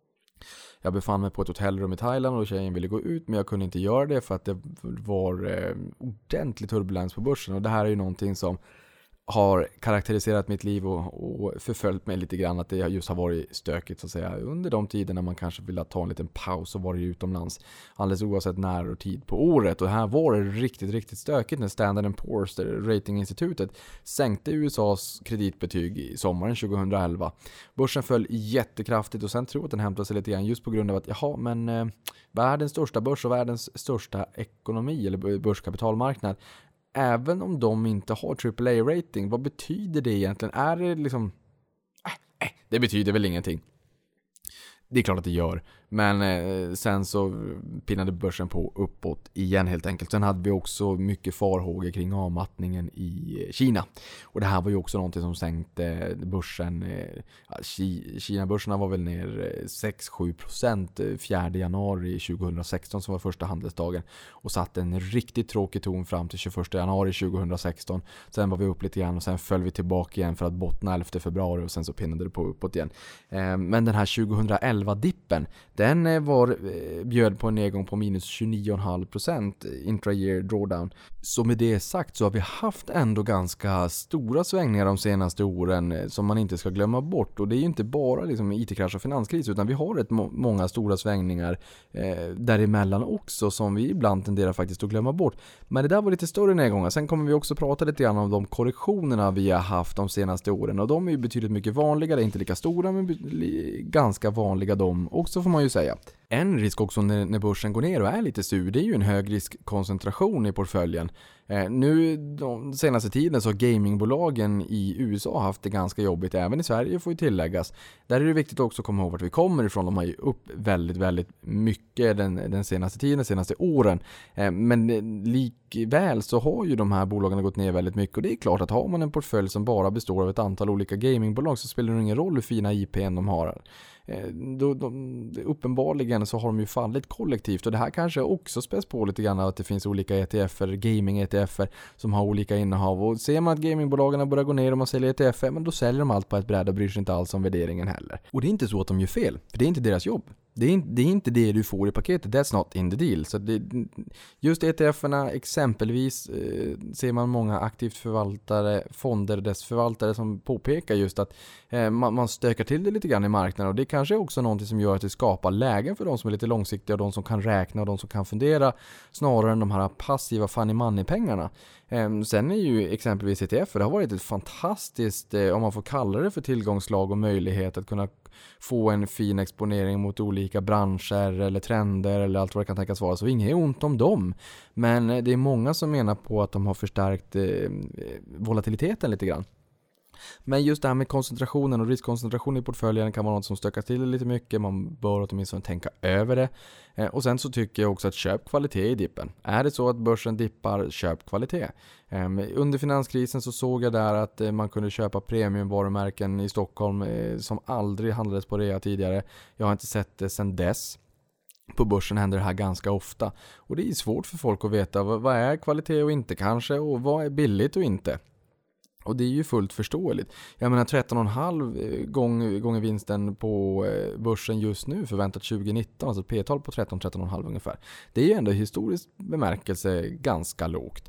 Jag befann mig på ett hotellrum i Thailand och tjejen ville gå ut, men jag kunde inte göra det för att det var eh, ordentlig turbulens på börsen. Och det här är ju någonting som har karaktäriserat mitt liv och, och förföljt mig lite grann, att det just har varit stökigt så att säga. Under de tiderna man kanske ville ta en liten paus och vara utomlands, alldeles oavsett när och tid på året. Och här var det riktigt, riktigt stökigt när Standard and Poor's, ratinginstitutet, sänkte U S A:s kreditbetyg i sommaren tjugohundraelva. Börsen föll jättekraftigt och sen tror jag att den hämtade sig lite grann just på grund av att jaha, men eh, världens största börs och världens största ekonomi eller börskapitalmarknad, även om de inte har triple A-rating, vad betyder det egentligen? Är det liksom... Äh, äh, det betyder väl ingenting. Det är klart att det gör. Men eh, sen så pinnade börsen på uppåt igen helt enkelt. Sen hade vi också mycket farhågor kring avmattningen i Kina. Och det här var ju också någonting som sänkte börsen. Eh, Kina-börserna var väl ner sex till sju procent fjärde januari tjugohundrasexton som var första handelsdagen. Och satte en riktigt tråkig ton fram till tjugoförsta januari tjugohundrasexton. Sen var vi upp lite grann och sen föll vi tillbaka igen för att bottna elfte februari och sen så pinnade det på uppåt igen. Eh, men den här tjugohundraelva-dippen, den var, bjöd på en nedgång på minus tjugonio komma fem procent intra-year drawdown. Så med det sagt så har vi haft ändå ganska stora svängningar de senaste åren som man inte ska glömma bort. Och det är ju inte bara liksom I T-krasch och finanskris, utan vi har rätt må- många stora svängningar eh, däremellan också som vi ibland tenderar faktiskt att glömma bort. Men det där var lite större nedgångar. Sen kommer vi också prata lite grann om de korrektionerna vi har haft de senaste åren. Och de är ju betydligt mycket vanligare, inte lika stora men ganska vanliga de också får man ju säga. En risk också när, när börsen går ner och är lite sur, det är ju en hög riskkoncentration i portföljen. Eh, nu de senaste tiden så har gamingbolagen i U S A haft det ganska jobbigt, även i Sverige får ju tilläggas. Där är det viktigt också att komma ihåg vart vi kommer ifrån. De har ju upp väldigt, väldigt mycket den, den senaste tiden, de senaste åren. Eh, men likväl så har ju de här bolagen gått ner väldigt mycket. Och det är klart att har man en portfölj som bara består av ett antal olika gamingbolag så spelar det ingen roll hur fina I P:n de har. Då, de, uppenbarligen så har de ju fallit kollektivt och det här kanske också späs på lite grann att det finns olika E T F-er, gaming-E T F-er som har olika innehav och ser man att gamingbolagen börjar gå ner och man säljer E T F-er, men då säljer de allt på ett bräde och bryr sig inte alls om värderingen heller. Och det är inte så att de gör fel, för det är inte deras jobb. Det är, inte, det är inte det du får i paketet. That's not in the deal. Så det, just E T F-erna exempelvis eh, ser man många aktivt förvaltare, fonder, dess förvaltare som påpekar just att eh, man, man stökar till det lite grann i marknaden. Och det kanske är också någonting som gör att det skapar lägen för de som är lite långsiktiga och de som kan räkna och de som kan fundera snarare än de här passiva funny money-pengarna. Eh, sen är ju exempelvis E T F, det har varit ett fantastiskt, eh, om man får kalla det för tillgångslag och möjlighet att kunna få en fin exponering mot olika branscher eller trender eller allt vad det kan tänkas vara. Så inget är ont om dem. Men det är många som menar på att de har förstärkt eh, volatiliteten lite grann. Men just det här med koncentrationen och riskkoncentration i portföljen kan vara något som stökar till det lite mycket. Man bör åtminstone tänka över det. Eh, och sen så tycker jag också att köp kvalitet i dippen. Är det så att börsen dippar, köp kvalitet. Eh, under finanskrisen så såg jag där att eh, man kunde köpa premiumvarumärken i Stockholm eh, som aldrig handlades på rea tidigare. Jag har inte sett det sedan dess. På börsen händer det här ganska ofta. Och det är svårt för folk att veta vad, vad är kvalitet och inte kanske och vad är billigt och inte. Och det är ju fullt förståeligt. Jag menar tretton komma fem gång, gånger vinsten på börsen just nu förväntat tjugonitton. Alltså P-tal på tretton till tretton komma fem ungefär. Det är ju ändå historiskt bemärkelse ganska lågt.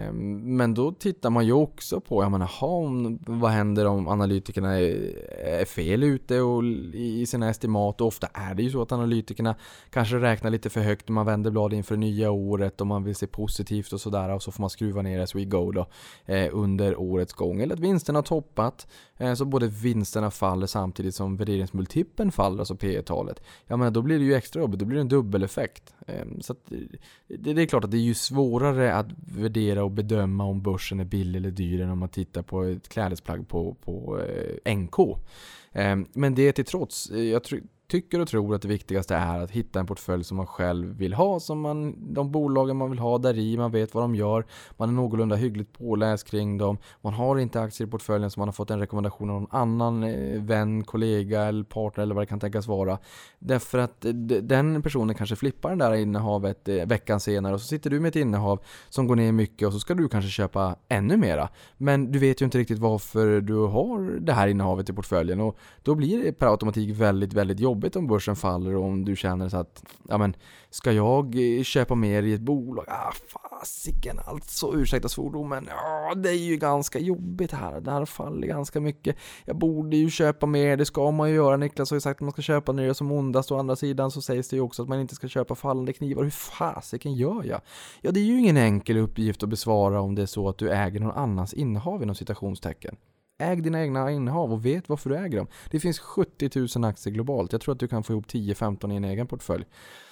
Men då tittar man ju också på, jag menar, ha, vad händer om analytikerna är, är fel ute och i sina estimat. Och ofta är det ju så att analytikerna kanske räknar lite för högt när man vänder blad inför det nya året och man vill se positivt och sådär. Och så får man skruva ner as we go då, eh, under årets gång. Eller att vinsterna har toppat eh, så både vinsterna faller samtidigt som värderingsmultipeln faller, alltså P-talet. Jag menar, då blir det ju extra jobbigt, då blir det en dubbeleffekt. Eh, så att, det, det är klart att det är ju svårare att värdera och bedöma om börsen är billig eller dyr än om man tittar på ett klädesplagg på, på eh, N K. Eh, men det till trots, jag tror tycker och tror att det viktigaste är att hitta en portfölj som man själv vill ha, som man, de bolagen man vill ha där i, man vet vad de gör, man är någorlunda hyggligt påläst kring dem, man har inte aktier i portföljen som man har fått en rekommendation av någon annan eh, vän, kollega eller partner eller vad det kan tänkas vara. Därför att eh, den personen kanske flippar den där innehavet eh, veckan senare och så sitter du med ett innehav som går ner mycket och så ska du kanske köpa ännu mera. Men du vet ju inte riktigt varför du har det här innehavet i portföljen och då blir det per automatik väldigt, väldigt jobbigt om börsen faller och om du känner så att ja men, ska jag köpa mer i ett bolag? Ah, fasiken, alltså, ursäkta svordomen. Ja, det är ju ganska jobbigt här. Det här faller ganska mycket. Jag borde ju köpa mer, det ska man ju göra. Niklas har ju sagt att man ska köpa när det är som ondast. Å andra sidan så sägs det ju också att man inte ska köpa fallande knivar. Hur fasiken gör jag? Ja, det är ju ingen enkel uppgift att besvara om det är så att du äger någon annans innehav inom citationstecken. Äg dina egna innehav och vet varför du äger dem. Det finns sjuttio tusen aktier globalt. Jag tror att du kan få ihop tio femton i en egen portfölj.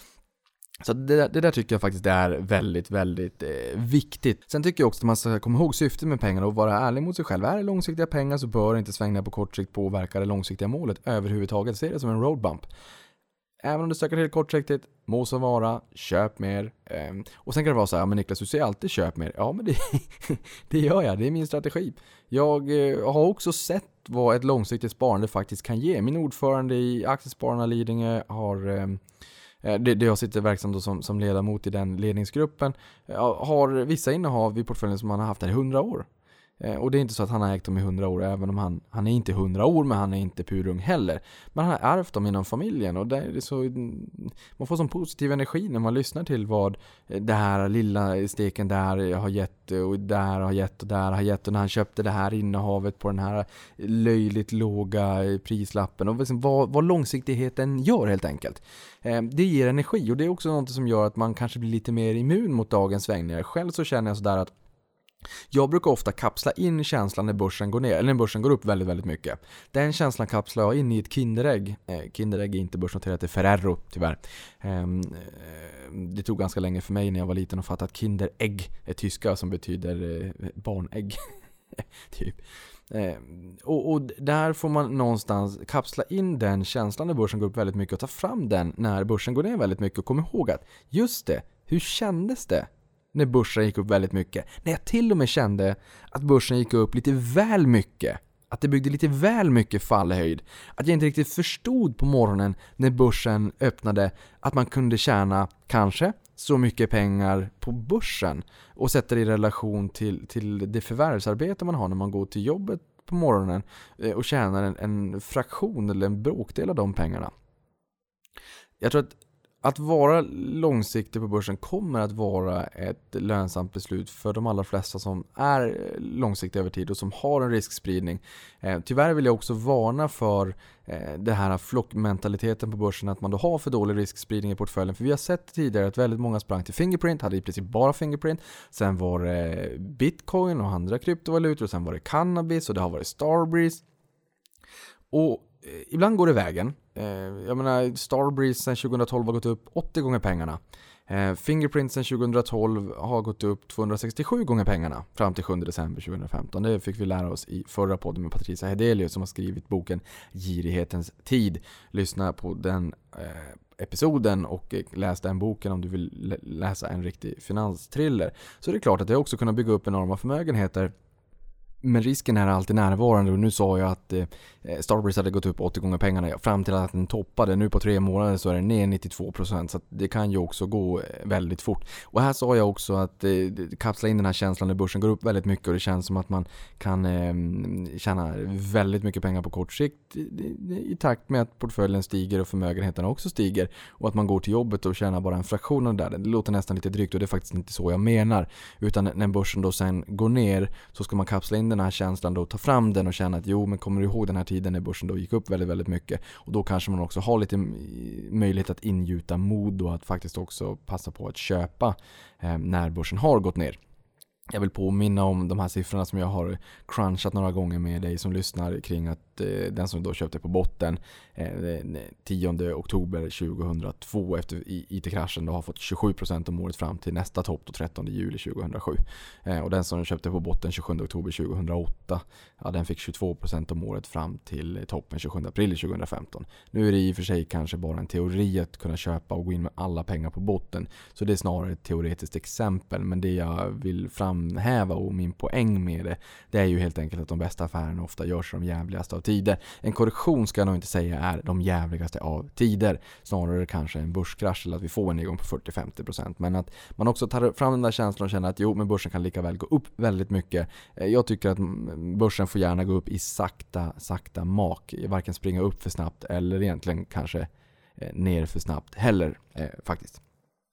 Så det, det där tycker jag faktiskt är väldigt, väldigt eh, viktigt. Sen tycker jag också att man ska komma ihåg syftet med pengarna och vara ärlig mot sig själv. Är det långsiktiga pengar så bör inte svängningar på kort sikt påverka det långsiktiga målet överhuvudtaget. Se det som en roadbump. även om det stökar till kortsiktigt, må så vara, köp mer. Um, och sen kan det vara så här, men Niklas, du säger alltid köp mer. Ja, men det, det gör jag, det är min strategi. Jag uh, har också sett vad ett långsiktigt sparande faktiskt kan ge. Min ordförande i Aktiespararna Lidingö har... Um, Det, det jag sitter verksam då som, som ledamot i den ledningsgruppen, har vissa innehav i portföljen som han har haft här i hundra år. Och det är inte så att han har ägt dem i hundra år, även om han, han är inte hundra år, men han är inte purung heller. Men han har ärvt dem inom familjen, och det är så, man får sån positiv energi när man lyssnar till vad det här lilla steken där har gett, och där har gett och där har gett, och när han köpte det här innehavet på den här löjligt låga prislappen, och vad, vad långsiktigheten gör helt enkelt. Det ger energi, och det är också något som gör att man kanske blir lite mer immun mot dagens svängningar. Själv så känner jag sådär att jag brukar ofta kapsla in känslan när börsen går ner, eller när börsen går upp väldigt, väldigt mycket. Den känslan kapslar jag in i ett Kinderägg. Eh, Kinderägg är inte börsnoterat, det är Ferrero, tyvärr. Eh, det tog ganska länge för mig när jag var liten att fatta att Kinderägg är tyska som betyder eh, barnägg. typ. Eh, och, och där får man någonstans kapsla in den känslan när börsen går upp väldigt mycket och ta fram den när börsen går ner väldigt mycket, och kom ihåg att just det, hur kändes det när börsen gick upp väldigt mycket? När jag till och med kände att börsen gick upp lite väl mycket. Att det byggde lite väl mycket fallhöjd. Att jag inte riktigt förstod på morgonen när börsen öppnade att man kunde tjäna kanske så mycket pengar på börsen. Och sätta det i relation till, till det förvärvsarbete man har när man går till jobbet på morgonen. Och tjänar en, en fraktion eller en bråkdel av de pengarna. Jag tror att Att vara långsiktig på börsen kommer att vara ett lönsamt beslut för de allra flesta som är långsiktiga över tid och som har en riskspridning. Eh, tyvärr vill jag också varna för eh, det här flockmentaliteten på börsen, att man då har för dålig riskspridning i portföljen. För vi har sett tidigare att väldigt många sprang till Fingerprint, hade i princip bara Fingerprint. Sen var det Bitcoin och andra kryptovalutor, och sen var det cannabis, och det har varit Starbreeze. Och ibland går det vägen. Jag menar, Starbreeze sen tjugohundratolv har gått upp åttio gånger pengarna. Fingerprint sen tjugohundratolv har gått upp tvåhundrasextiosju gånger pengarna fram till sjunde december tjugohundrafemton. Det fick vi lära oss i förra podden med Patricia Hedelius som har skrivit boken Girighetens tid. Lyssna på den eh, episoden och läs den boken om du vill läsa en riktig finanstriller. Så det är klart att det också kunnat bygga upp enorma förmögenheter. Men risken är alltid närvarande, och nu sa jag att eh, Starbreeze hade gått upp åttio gånger pengarna fram till att den toppade. Nu på tre månader så är den ner nittiotvå procent, så att det kan ju också gå väldigt fort. Och här sa jag också att eh, kapsla in den här känslan när börsen går upp väldigt mycket, och det känns som att man kan eh, tjäna väldigt mycket pengar på kort sikt i, i takt med att portföljen stiger och förmögenheten också stiger, och att man går till jobbet och tjänar bara en fraktion av det där. Det låter nästan lite drygt, och det är faktiskt inte så jag menar, utan när börsen då sen går ner så ska man kapsla in den här känslan då, ta fram den och känna att jo, men kommer du ihåg den här tiden när börsen då gick upp väldigt, väldigt mycket, och då kanske man också har lite möjlighet att ingjuta mod och att faktiskt också passa på att köpa eh, när börsen har gått ner. Jag vill påminna om de här siffrorna som jag har crunchat några gånger med dig som lyssnar kring att eh, den som då köpte på botten eh, tionde oktober tjugohundratvå efter I T-kraschen då har fått tjugosju procent om året fram till nästa topp då trettonde juli tjugohundrasju. Eh, och den som köpte på botten tjugosjunde oktober tjugohundraåtta, ja, den fick tjugotvå procent om året fram till toppen tjugosjunde april tjugohundrafemton. Nu är det i och för sig kanske bara en teori att kunna köpa och gå in med alla pengar på botten. Så det är snarare ett teoretiskt exempel, men det jag vill fram häva och min poäng med det, det är ju helt enkelt att de bästa affärerna ofta görs de jävligaste av tider. En korrektion ska jag nog inte säga är de jävligaste av tider. Snarare kanske en börskrasch eller att vi får en nedgång på fyrtio till femtio procent. Men att man också tar fram den där känslan och känner att jo, men börsen kan lika väl gå upp väldigt mycket. Jag tycker att börsen får gärna gå upp i sakta, sakta mak. Varken springa upp för snabbt eller egentligen kanske ner för snabbt heller eh, faktiskt.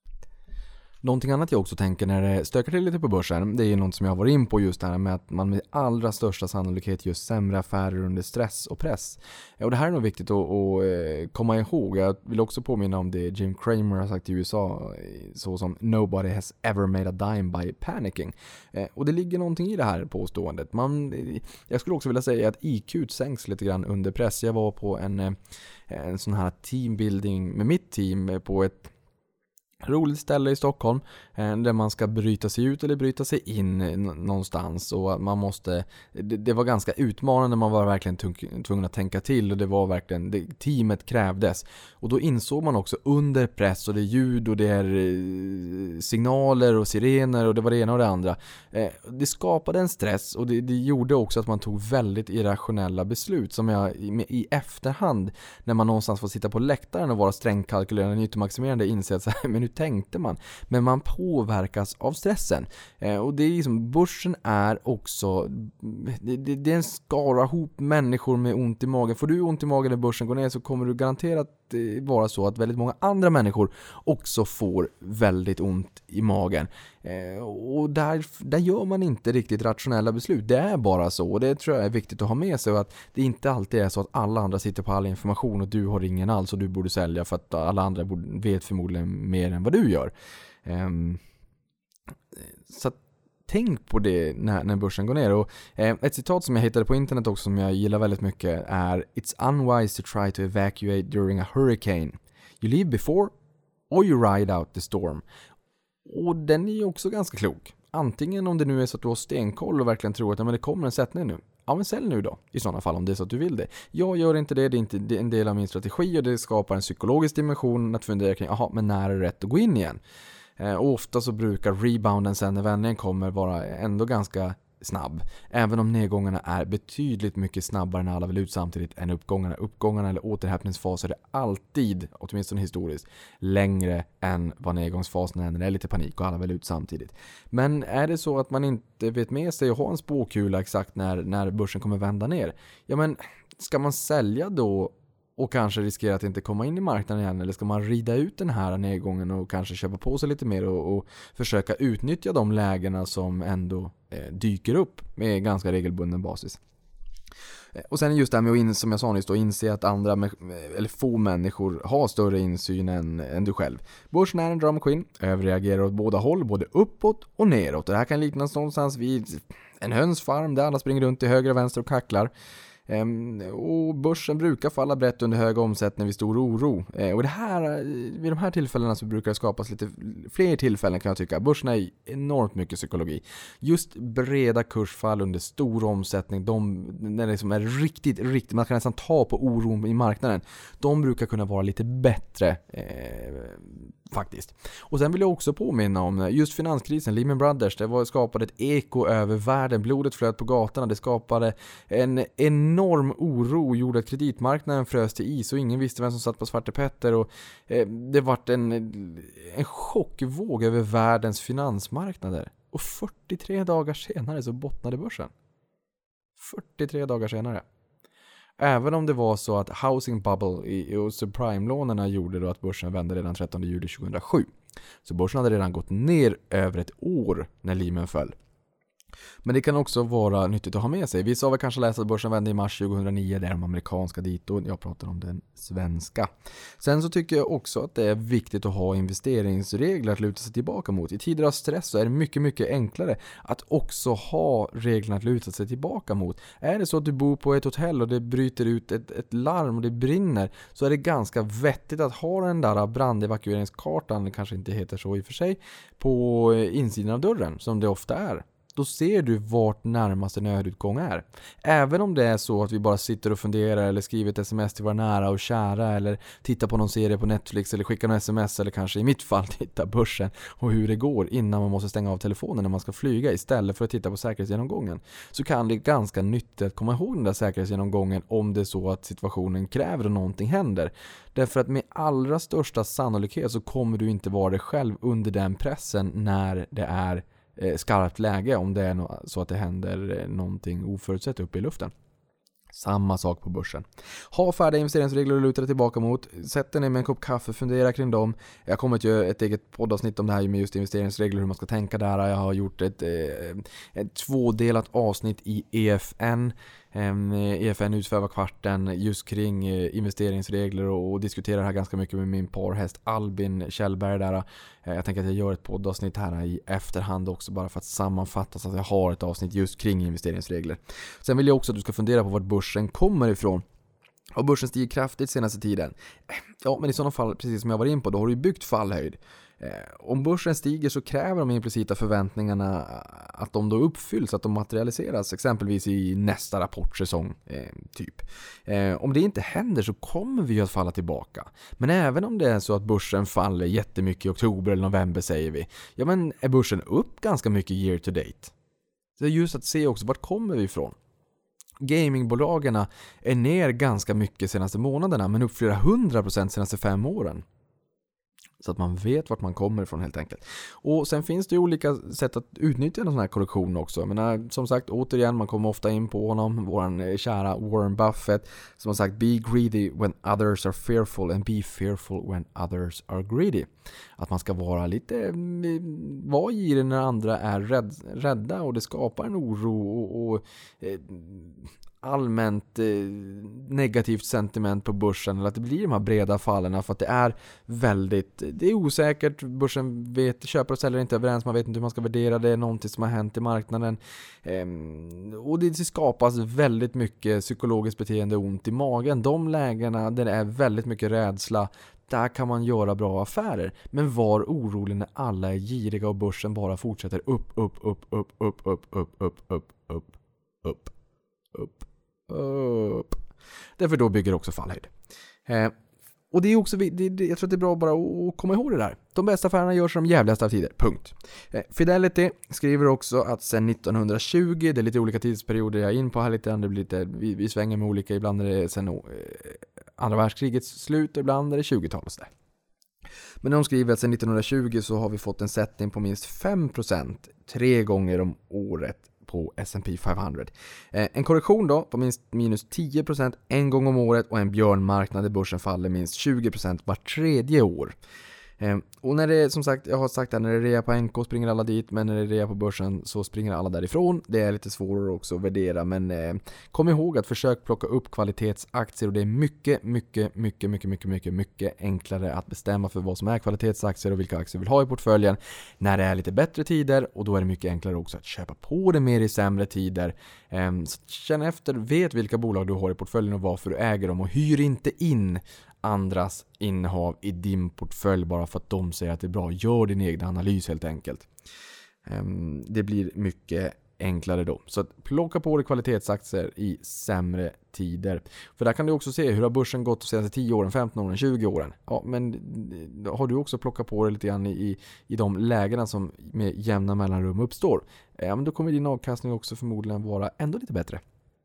Någonting annat jag också tänker när det stökar till lite på börsen, det är ju något som jag har varit in på just det här med att man med allra största sannolikhet gör sämre affärer under stress och press. Och det här är nog viktigt att, att komma ihåg. Jag vill också påminna om det Jim Cramer har sagt i U S A, så som nobody has ever made a dime by panicking. Och det ligger någonting i det här påståendet. Man, jag skulle också vilja säga att I Q sänks lite grann under press. Jag var på en, en sån här teambuilding med mitt team på ett roligt ställe i Stockholm eh, där man ska bryta sig ut eller bryta sig in n- någonstans, och man måste det, det var ganska utmanande, man var verkligen tung, tvungen att tänka till, och det var verkligen det, teamet krävdes, och då insåg man också under press, och det är ljud och det är eh, signaler och sirener och det var det ena och det andra, eh, det skapade en stress, och det, det gjorde också att man tog väldigt irrationella beslut som jag i, i efterhand, när man någonstans får sitta på läktaren och vara strängkalkylerande och nyttomaximerande, inser att så här, men hur tänkte man? Men man påverkas av stressen. Eh, och det är liksom, börsen är också, det, det, det är en skara ihop människor med ont i magen. Får du ont i magen när börsen går ner, så kommer du garanterat eh, vara så att väldigt många andra människor också får väldigt ont i magen. Eh, och där, där gör man inte riktigt rationella beslut. Det är bara så, och det tror jag är viktigt att ha med sig, att det inte alltid är så att alla andra sitter på all information och du har ingen alls och du borde sälja för att alla andra vet förmodligen mer än vad du gör. Eh, så att tänk på det när, när börsen går ner. Och, eh, ett citat som jag hittade på internet också som jag gillar väldigt mycket är: "It's unwise to try to evacuate during a hurricane. You leave before or you ride out the storm." Och den är ju också ganska klok. Antingen om det nu är så att du har stenkoll och verkligen tror att ja, men det kommer en sättning nu. Ja, men sälj nu då, i sådana fall, om det är så att du vill det. Jag gör inte det, det är inte det är en del av min strategi, och det skapar en psykologisk dimension att fundera kring, aha, men när är det rätt att gå in igen? Eh, och ofta så brukar rebounden sen när vändningen kommer vara ändå ganska snabb. Även om nedgångarna är betydligt mycket snabbare när alla vill ut samtidigt än uppgångarna. Uppgångarna eller återhämtningsfaser är alltid, åtminstone historiskt, längre än vad nedgångsfasen är när det är lite panik och alla vill ut samtidigt. Men är det så att man inte vet med sig och har en spåkula exakt när, när börsen kommer vända ner, ja men ska man sälja då och kanske riskera att inte komma in i marknaden igen, eller ska man rida ut den här nedgången och kanske köpa på sig lite mer och, och försöka utnyttja de lägena som ändå eh, dyker upp med ganska regelbunden basis. Eh, och sen just det här med att in, som jag sa nyss då, inse att andra eller få människor har större insyn än, än du själv. Börsen är en drama queen, överreagerar åt båda håll, både uppåt och neråt. Det här kan liknas någonstans vid en hönsfarm där alla springer runt till höger och vänster och kacklar. Um, och börsen brukar falla brett under hög omsättning vid stor oro. Uh, och det här, vid de här tillfällena så brukar det skapas lite fler tillfällen, kan jag tycka. Börsen är enormt mycket psykologi. Just breda kursfall under stor omsättning, de, när det liksom är riktigt, riktigt, man kan nästan ta på oron i marknaden, de brukar kunna vara lite bättre eh, faktiskt. Och sen vill jag också påminna om just finanskrisen, Lehman Brothers, det var, skapade ett eko över världen, blodet flöt på gatorna, det skapade en enorm oro, gjorde att kreditmarknaden frös till is och ingen visste vem som satt på Svarte Petter, och eh, det var en, en chockvåg över världens finansmarknader, och fyrtiotre dagar senare så bottnade börsen. fyrtiotre dagar senare. Även om det var så att housing bubble och subprime-lånerna gjorde då att börsen vände redan trettonde juli tjugohundrasju. Så börsen hade redan gått ner över ett år när Lehman föll. Men det kan också vara nyttigt att ha med sig. Vissa har väl kanske läst att börsen vände i mars tjugohundranio, det är de amerikanska diton. Jag pratar om den svenska. Sen så tycker jag också att det är viktigt att ha investeringsregler att luta sig tillbaka mot. I tider av stress så är det mycket, mycket enklare att också ha reglerna att luta sig tillbaka mot. Är det så att du bor på ett hotell och det bryter ut ett, ett larm och det brinner, så är det ganska vettigt att ha den där brandevakueringskartan, det kanske inte heter så i och för sig, på insidan av dörren som det ofta är. Då ser du vart närmaste nödutgång är. Även om det är så att vi bara sitter och funderar eller skriver ett sms till våra nära och kära, eller tittar på någon serie på Netflix eller skickar någon sms, eller kanske i mitt fall titta börsen och hur det går innan man måste stänga av telefonen när man ska flyga istället för att titta på säkerhetsgenomgången, så kan det ganska nyttigt att komma ihåg den där säkerhetsgenomgången om det är så att situationen kräver och någonting händer. Därför att med allra största sannolikhet så kommer du inte vara dig själv under den pressen när det är skarpt läge, om det är så att det händer någonting oförutsett uppe i luften. Samma sak på börsen. Ha färdiga investeringsregler och luta dig tillbaka mot. Sätt dig ner med en kopp kaffe, fundera kring dem. Jag kommer att göra ett eget poddavsnitt om det här med just investeringsregler, hur man ska tänka där. Jag har gjort ett, ett tvådelat avsnitt i E F N. E F N utför kvarten just kring investeringsregler och diskuterar här ganska mycket med min parhäst Albin Kjellberg där. Jag tänker att jag gör ett poddavsnitt här i efterhand också, bara för att sammanfatta så att jag har ett avsnitt just kring investeringsregler. Sen vill jag också att du ska fundera på vart börsen kommer ifrån. Och börsen stiger kraftigt senaste tiden. Ja, men i sådana fall, precis som jag var in på, då har du byggt fallhöjd. Eh, om börsen stiger så kräver de implicita förväntningarna att de då uppfylls, att de materialiseras exempelvis i nästa rapportsäsong eh, typ. Eh, om det inte händer så kommer vi att falla tillbaka. Men även om det är så att börsen faller jättemycket i oktober eller november säger vi, ja men är börsen upp ganska mycket year to date? Så det är just att se också vart kommer vi ifrån. Gamingbolagen är ner ganska mycket senaste månaderna men upp flera hundra procent senaste fem åren. Så att man vet vart man kommer ifrån helt enkelt. Och sen finns det ju olika sätt att utnyttja en sån här korrektion också. Jag menar, som sagt, återigen, man kommer ofta in på honom, våran kära Warren Buffett, som har sagt be greedy when others are fearful and be fearful when others are greedy. Att man ska vara lite vara girig när andra är rädd, rädda och det skapar en oro och, och eh, allmänt eh, negativt sentiment på börsen, eller att det blir de här breda fallen för att det är väldigt, det är osäkert, börsen vet, köper och säljer inte överens, man vet inte hur man ska värdera det, är någonting som har hänt i marknaden ehm, och det skapas väldigt mycket psykologiskt beteende, ont i magen. De lägena där det är väldigt mycket rädsla, där kan man göra bra affärer. Men var orolig när alla är giriga och börsen bara fortsätter upp, upp, upp, upp, upp, upp, upp, upp, upp, upp, upp. Upp, upp. Därför då bygger också fallhöjd. Eh, och det är också, det, det, jag tror att det är bra bara att komma ihåg det där. De bästa affärerna görs de jävligaste av tider. Punkt. Eh, Fidelity skriver också att sedan nittonhundratjugo, det är lite olika tidsperioder jag är in på här lite, det blir lite vi, vi svänger med olika, ibland är det sen eh, andra världskrigets slut, ibland är det tjugotalet så där. Men de skriver att sedan nittonhundratjugo så har vi fått en sättning på minst fem procent tre gånger om året på S and P femhundra. Eh, en korrektion då på minst minus tio procent en gång om året och en björnmarknad där börsen faller minst tjugo procent var tredje år. Eh, och när det, som sagt, jag har sagt att när det är rea på N K springer alla dit, men när det är rea på börsen så springer alla därifrån. Det är lite svårare också att värdera, men eh, kom ihåg att försök plocka upp kvalitetsaktier, och det är mycket, mycket, mycket, mycket, mycket, mycket, mycket enklare att bestämma för vad som är kvalitetsaktier och vilka aktier vill ha i portföljen när det är lite bättre tider, och då är det mycket enklare också att köpa på det mer i sämre tider. Eh, så känn efter, vet vilka bolag du har i portföljen och varför du äger dem, och hyr inte in andras innehav i din portfölj bara för att de säger att det är bra. Gör din egen analys helt enkelt. Um, det blir mycket enklare då. Så att plocka på dig kvalitetsaktier i sämre tider. För där kan du också se hur har börsen gått de senaste tio åren, femton åren, tjugo åren. Ja, men har du också plockat på dig lite grann i, i de lägena som med jämna mellanrum uppstår, ja, men då kommer din avkastning också förmodligen vara ändå lite bättre.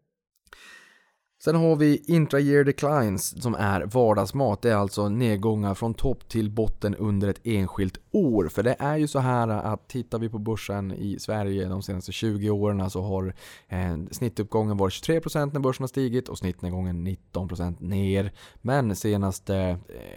Sen har vi intra-year declines som är vardagsmat. Det är alltså nedgångar från topp till botten under ett enskilt år. För det är ju så här att tittar vi på börsen i Sverige de senaste tjugo åren så har eh, snittuppgången varit tjugotre procent när börsen har stigit och snittnedgången nitton procent ner. Men senaste eh,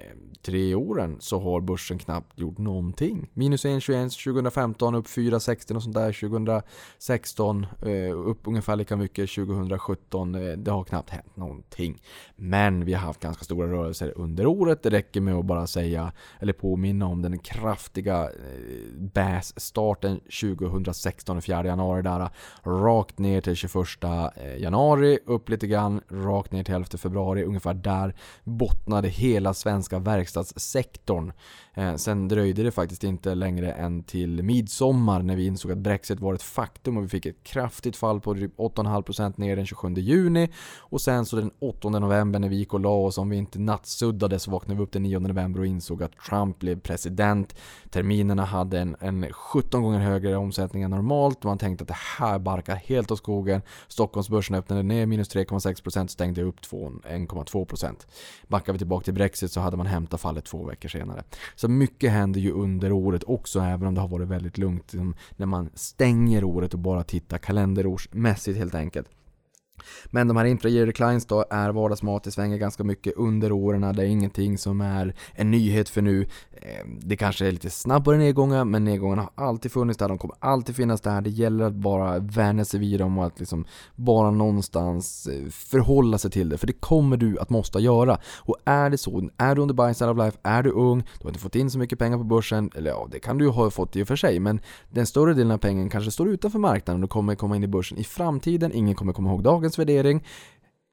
tre åren så har börsen knappt gjort någonting. Minus en komma tjugoett tjugohundrafemton, upp fyra komma sexton och sånt där tjugohundrasexton, eh, upp ungefär lika mycket tjugohundrasjutton. Eh, det har knappt hänt någonting. Men vi har haft ganska stora rörelser under året. Det räcker med att bara säga eller påminna om den kraftiga eh, bäs-starten tjugohundrasexton, fjärde januari där. Rakt ner till tjugoförsta januari, upp lite grann, rakt ner till elfte februari. Ungefär där bottnade hela svenska verkstadssektorn. Eh, sen dröjde det faktiskt inte längre än till midsommar när vi insåg att Brexit var ett faktum och vi fick ett kraftigt fall på åtta komma fem procent ner den tjugosjunde juni. Och sen så den åttonde november när vi gick och la oss, om vi inte nattsuddade, så vaknade vi upp den nionde november och insåg att Trump blev president. Terminerna hade en, en sjutton gånger högre omsättning än normalt. Man tänkte att det här barkar helt åt skogen. Stockholmsbörsen öppnade ner minus tre komma sex procent, stängde upp en komma två procent. Backar vi tillbaka till Brexit så hade man hämtat fallet två veckor senare. Så mycket händer ju under året också, även om det har varit väldigt lugnt när man stänger året och bara tittar kalenderårsmässigt helt enkelt. Men de här intra-year declines då är vardagsmat, det svänger ganska mycket under åren. Det är ingenting som är en nyhet för nu. Det kanske är lite snabbare nedgångar, men nedgångarna har alltid funnits där, de kommer alltid finnas där. Det gäller att bara vänja sig vid dem och att liksom bara någonstans förhålla sig till det, för det kommer du att måste göra. Och är det så, är du under buy side of life, är du ung, du har inte fått in så mycket pengar på börsen, eller ja, det kan du ju ha fått i och för sig, men den större delen av pengen kanske står utanför marknaden och kommer komma in i börsen i framtiden. Ingen kommer komma ihåg dagens värdering.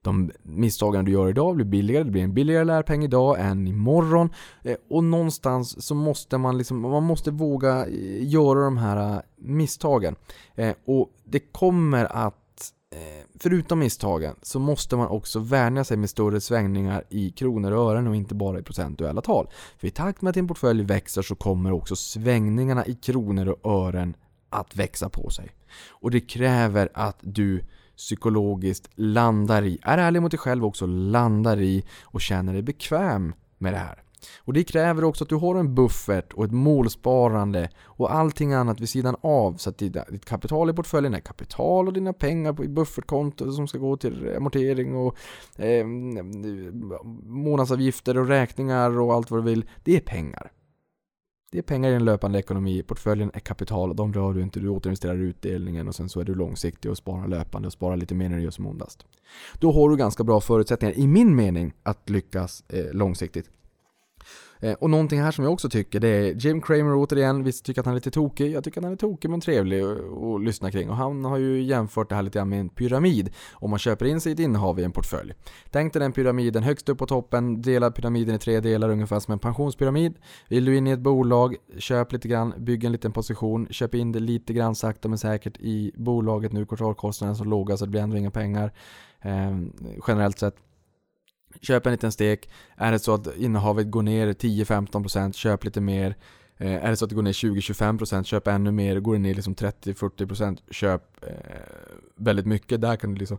De misstagen du gör idag blir billigare. Det blir en billigare lärpeng idag än imorgon. Eh, och någonstans så måste man liksom, man måste våga göra de här misstagen. Eh, och det kommer att, eh, förutom misstagen, så måste man också vänja sig med större svängningar i kronor och ören och inte bara i procentuella tal. För i takt med att din portfölj växer så kommer också svängningarna i kronor och ören att växa på sig. Och det kräver att du psykologiskt landar i, är ärlig mot dig själv också, landar i och känner dig bekväm med det här. Och det kräver också att du har en buffert och ett målsparande och allting annat vid sidan av, så att ditt kapital i portföljen är kapital och dina pengar på buffertkonto som ska gå till amortering och eh, månadsavgifter och räkningar och allt vad du vill. Det är pengar. Det är pengar i en löpande ekonomi. Portföljen är kapital och de rör du inte. Du återinvesterar utdelningen och sen så är du långsiktig och sparar löpande och sparar lite mer när du gör som ondast. Då har du ganska bra förutsättningar i min mening att lyckas eh, långsiktigt. Eh, och någonting här som jag också tycker, det är Jim Cramer återigen. Vissa tycker att han är lite tokig. Jag tycker att han är tokig men trevlig att lyssna kring. Och han har ju jämfört det här lite grann med en pyramid. Om man köper in sig i ett innehav i en portfölj. Tänk dig den pyramiden högst upp på toppen. Dela pyramiden i tre delar ungefär som en pensionspyramid. Vill du in i ett bolag, köp lite grann, bygg en liten position. Köp in det lite grann sakta men säkert i bolaget nu. Kvartalkostnaden så låga så det blir ändå inga pengar. Eh, generellt sett. Köp en liten stek. Är det så att innehavet går ner tio till femton procent, köp lite mer. Eh, är det så att det går ner tjugo till tjugofem procent, köp ännu mer. Går det ner liksom trettio till fyrtio procent, köp eh, väldigt mycket. Där kan du liksom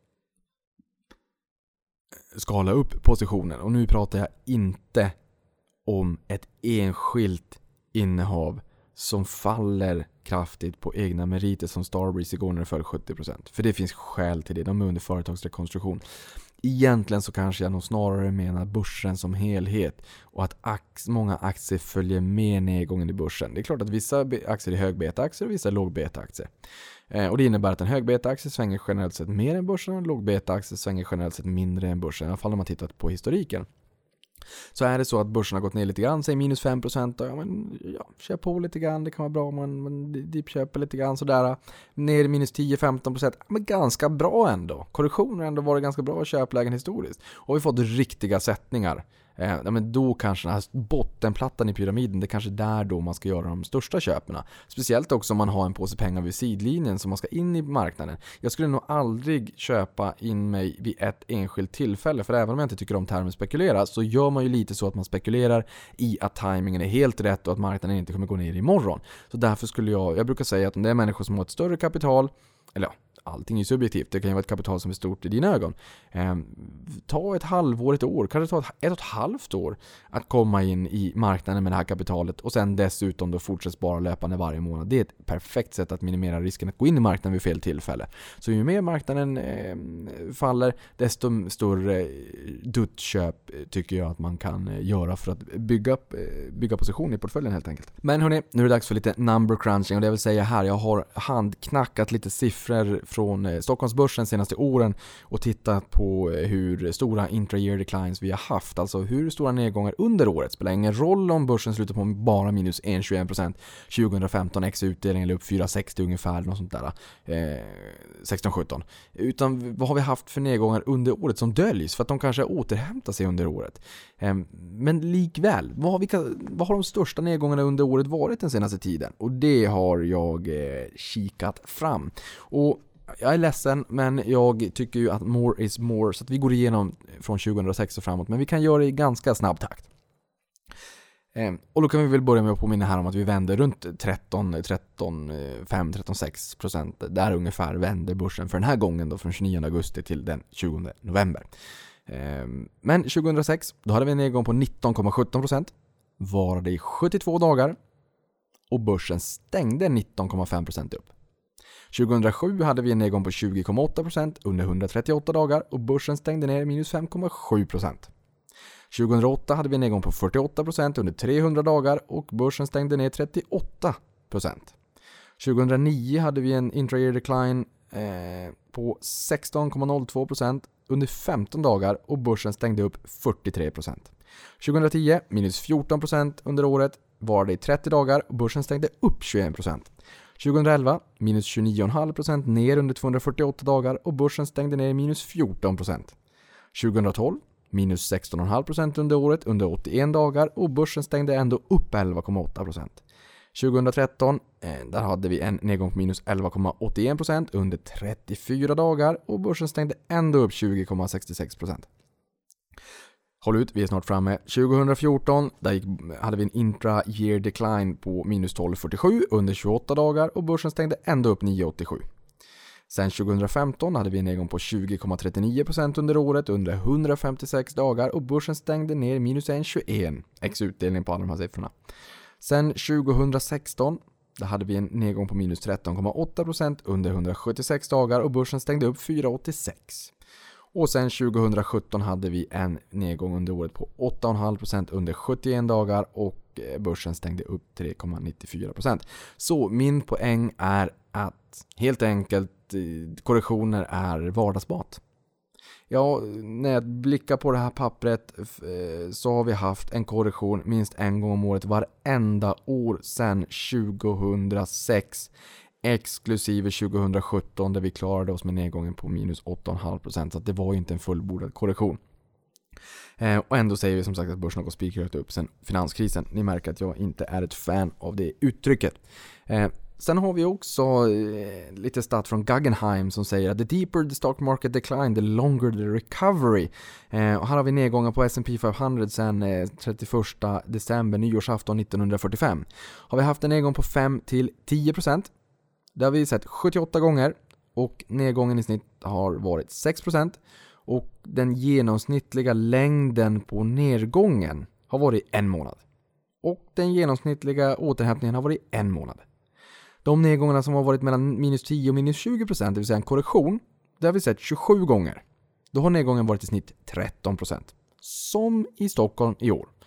skala upp positionen. Och nu pratar jag inte om ett enskilt innehav som faller kraftigt på egna meriter som Starbreeze igår när det föll sjuttio procent. För det finns skäl till det. De är under företagsrekonstruktion. Egentligen så kanske jag nog snarare menar börsen som helhet och att ax- många aktier följer med nedgången i börsen. Det är klart att vissa aktier är högbeta-aktier och vissa är lågbeta-aktier. Eh, och det innebär att en högbeta-aktie svänger generellt sett mer än börsen och en lågbeta-aktie svänger generellt sett mindre än börsen. I alla fall om man tittar på historiken. Så är det så att börsen har gått ner lite grann, säg minus fem procent, ja men ja, köp på lite grann, det kan vara bra, man, man deep köper lite grann sådär, ner minus tio till femton procent, men ganska bra ändå. Korrektioner har ändå varit ganska bra köplägen historiskt. Och vi har fått riktiga sättningar. Eh, ja, men då kanske den här bottenplattan i pyramiden, det är kanske där då man ska göra de största köperna. Speciellt också om man har en påse pengar vid sidlinjen som man ska in i marknaden. Jag skulle nog aldrig köpa in mig vid ett enskilt tillfälle, för även om jag inte tycker om termen spekulera så gör man ju lite så att man spekulerar i att timingen är helt rätt och att marknaden inte kommer gå ner imorgon. Så därför skulle jag, jag brukar säga att om det är människor som har ett större kapital, eller ja, allting är subjektivt. Det kan ju vara ett kapital som är stort i dina ögon. Eh, ta ett halvår, ett år. Kanske ta ett, ett och ett halvt år att komma in i marknaden med det här kapitalet och sen dessutom då fortsätta spara löpande varje månad. Det är ett perfekt sätt att minimera risken att gå in i marknaden vid fel tillfälle. Så ju mer marknaden eh, faller, desto större duttköp tycker jag att man kan göra för att bygga, bygga position i portföljen helt enkelt. Men hörni, nu är det dags för lite number crunching och det vill säga här, jag har handknackat lite siffror från Stockholmsbörsen senaste åren och tittat på hur stora intra-year declines vi har haft. Alltså hur stora nedgångar under året. Spelar ingen roll om börsen slutar på bara minus en komma tjugoen procent tjugohundrafemton, x-utdelningen eller upp fyra komma sextio ungefär, något sånt där. Eh, sexton sjutton. Utan vad har vi haft för nedgångar under året som döljs? För att de kanske återhämtar sig under året. Eh, men likväl, vad har, vilka, vad har de största nedgångarna under året varit den senaste tiden? Och det har jag eh, kikat fram. Och jag är ledsen, men jag tycker ju att more is more, så att vi går igenom från tjugohundrasex och framåt, men vi kan göra det i ganska snabb takt. Eh, och då kan vi väl börja med att påminna här om att vi vänder runt tretton, tretton fem, tretton sex procent. Där ungefär vänder börsen för den här gången då från tjugonionde augusti till den tjugonde november. Eh, men tjugohundrasex, då hade vi en nedgång på nitton komma sjutton procent, varade i sjuttiotvå dagar och börsen stängde nitton komma fem procent upp. tjugohundrasju hade vi en nedgång på tjugo komma åtta procent under hundratrettioåtta dagar och börsen stängde ner minus fem komma sju procent. tjugohundraåtta hade vi en nedgång på fyrtioåtta procent under trehundra dagar och börsen stängde ner trettioåtta procent. tjugohundranio hade vi en intra-year decline eh, på sexton komma noll två procent under femton dagar och börsen stängde upp fyrtiotre procent. tjugohundratio minus fjorton procent under året var det i trettio dagar och börsen stängde upp tjugoen procent. tjugoelva minus tjugonio komma fem procent ner under tvåhundrafyrtioåtta dagar och börsen stängde ner minus fjorton procent. tjugotolv minus sexton komma fem procent under året under åttioen dagar och börsen stängde ändå upp elva komma åtta procent. tjugotretton eh, där hade vi en nedgång på minus elva komma åttioen procent under trettiofyra dagar och börsen stängde ändå upp tjugo komma sextiosex procent. Håll ut, vi är snart framme. tjugofjorton där gick, hade vi en intra-year decline på minus tolv komma fyrtiosju under tjugoåtta dagar och börsen stängde ändå upp nio komma åttiosju. Sen tjugofemton hade vi en nedgång på tjugo komma trettionio procent under året under hundrafemtiosex dagar och börsen stängde ner minus en komma tjugoen, ex utdelning på alla de här siffrorna. Sen tjugosexton där hade vi en nedgång på minus tretton komma åtta procent under hundrasjuttiosex dagar och börsen stängde upp fyra komma åttiosex. Och sen tjugosjutton hade vi en nedgång under året på åtta komma fem procent under sjuttioen dagar och börsen stängde upp tre komma nittiofyra procent. Så min poäng är att helt enkelt korrektioner är vardagsmat. Ja, när jag blickar på det här pappret så har vi haft en korrektion minst en gång om året varenda år sedan tjugohundrasex. Exklusive tjugosjutton där vi klarade oss med nedgången på minus åtta komma fem procent. Så att det var ju inte en fullbordad korrektion. Eh, och ändå säger vi som sagt att börsen har gått spikrakt upp sedan finanskrisen. Ni märker att jag inte är ett fan av det uttrycket. Eh, sen har vi också eh, lite stat från Guggenheim som säger att the deeper the stock market decline, the longer the recovery. Eh, och här har vi nedgångar på S and P femhundra sedan eh, trettioförsta december, nyårsafton nittonhundrafyrtiofem. Har vi haft en nedgång på fem till tio procent. Det har vi sett sjuttioåtta gånger och nedgången i snitt har varit sex procent och den genomsnittliga längden på nedgången har varit en månad. Och den genomsnittliga återhämtningen har varit en månad. De nedgångarna som har varit mellan minus tio och minus tjugo procent, det vill säga en korrektion, det har vi sett tjugosju gånger. Då har nedgången varit i snitt tretton procent. Som i Stockholm i år.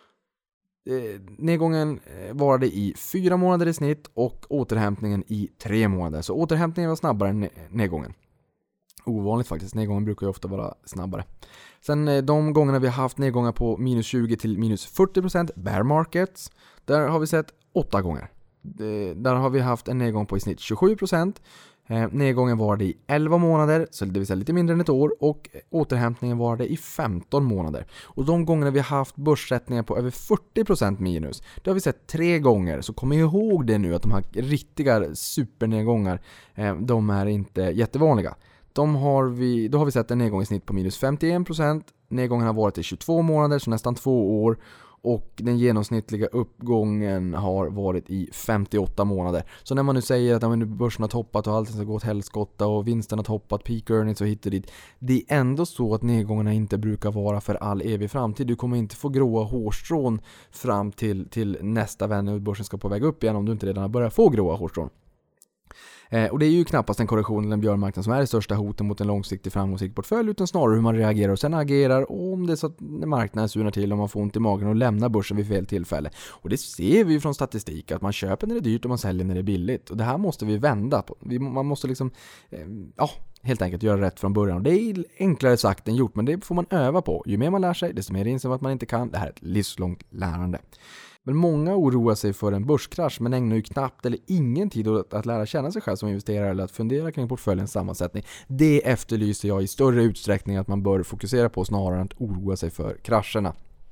Nedgången varade i fyra månader i snitt och återhämtningen i tre månader. Så återhämtningen var snabbare än nedgången. Ovanligt faktiskt, nedgången brukar ju ofta vara snabbare. Sen de gångerna vi har haft nedgångar på minus tjugo till minus fyrtio procent, bear markets, där har vi sett åtta gånger. Där har vi haft en nedgång på i snitt tjugosju procent. Eh, nedgången var det i elva månader, så det vill säga lite mindre än ett år, och återhämtningen var det i femton månader. Och de gångerna vi har haft börssättningar på över fyrtio procent minus, det har vi sett tre gånger. Så kom ihåg det nu att de här riktiga supernedgångar, eh, de är inte jättevanliga. De har vi, då har vi sett en nedgång i snitt på minus femtioen procent. Nedgången har varit i tjugotvå månader, så nästan två år. Och den genomsnittliga uppgången har varit i femtioåtta månader. Så när man nu säger att ja, men börsen har toppat och allt ska gå åt helskotta och vinsten har toppat, peak earnings och hit och dit. Det är ändå så att nedgångarna inte brukar vara för all evig framtid. Du kommer inte få gråa hårstrån fram till, till nästa vän och börsen ska på väg upp igen om du inte redan har börjat få gråa hårstrån. Eh, och det är ju knappast en korrektion eller en björnmarknad som är det största hoten mot en långsiktig framgångsrik portfölj, utan snarare hur man reagerar och sen agerar, och om det är så att marknaden surnar till och man får ont i magen och lämnar börsen vid fel tillfälle. Och det ser vi ju från statistik att man köper när det är dyrt och man säljer när det är billigt. Och det här måste vi vända på. Vi, man måste liksom eh, ja, helt enkelt göra rätt från början. Och det är enklare sagt än gjort, men det får man öva på. Ju mer man lär sig, desto mer inser man att man inte kan. Det här är ett livslångt lärande. Men många oroar sig för en börskrasch men ägnar ju knappt eller ingen tid åt att lära känna sig själv som investerare eller att fundera kring portföljens sammansättning. Det efterlyser jag i större utsträckning att man bör fokusera på snarare än att oroa sig för krascherna.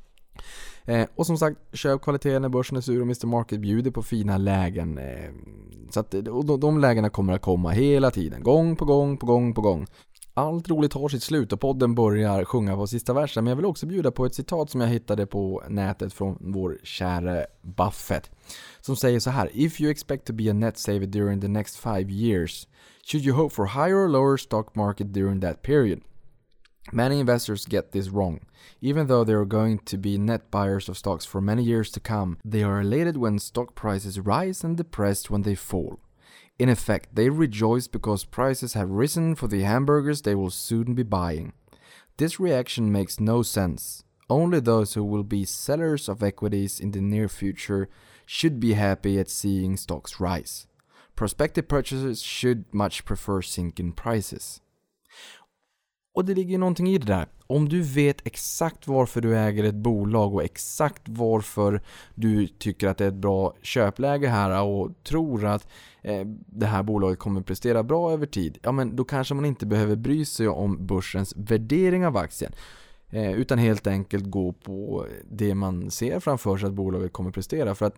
Eh, och som sagt, köp kvaliteten när börsen är sur och mister Market bjuder på fina lägen. Eh, så att, och de, de lägena kommer att komma hela tiden, gång på gång på gång på gång. Allt roligt har sitt slut och podden börjar sjunga på sista versen, men jag vill också bjuda på ett citat som jag hittade på nätet från vår kära Buffett, som säger så här: If you expect to be a net saver during the next five years, should you hope for higher or lower stock market during that period? Many investors get this wrong. Even though they are going to be net buyers of stocks for many years to come, they are elated when stock prices rise and depressed when they fall. In effect, they rejoice because prices have risen for the hamburgers they will soon be buying. This reaction makes no sense. Only those who will be sellers of equities in the near future should be happy at seeing stocks rise. Prospective purchasers should much prefer sinking prices. Och det ligger ju någonting i det där. Om du vet exakt varför du äger ett bolag och exakt varför du tycker att det är ett bra köpläge här och tror att eh, det här bolaget kommer prestera bra över tid, ja men då kanske man inte behöver bry sig om börsens värdering av aktien. Eh, utan helt enkelt gå på det man ser framför sig att bolaget kommer prestera. För att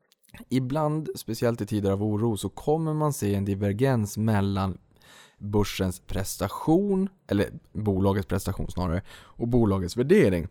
ibland, speciellt i tider av oro, så kommer man se en divergens mellan börsens prestation, eller bolagets prestation snarare, och bolagets värdering.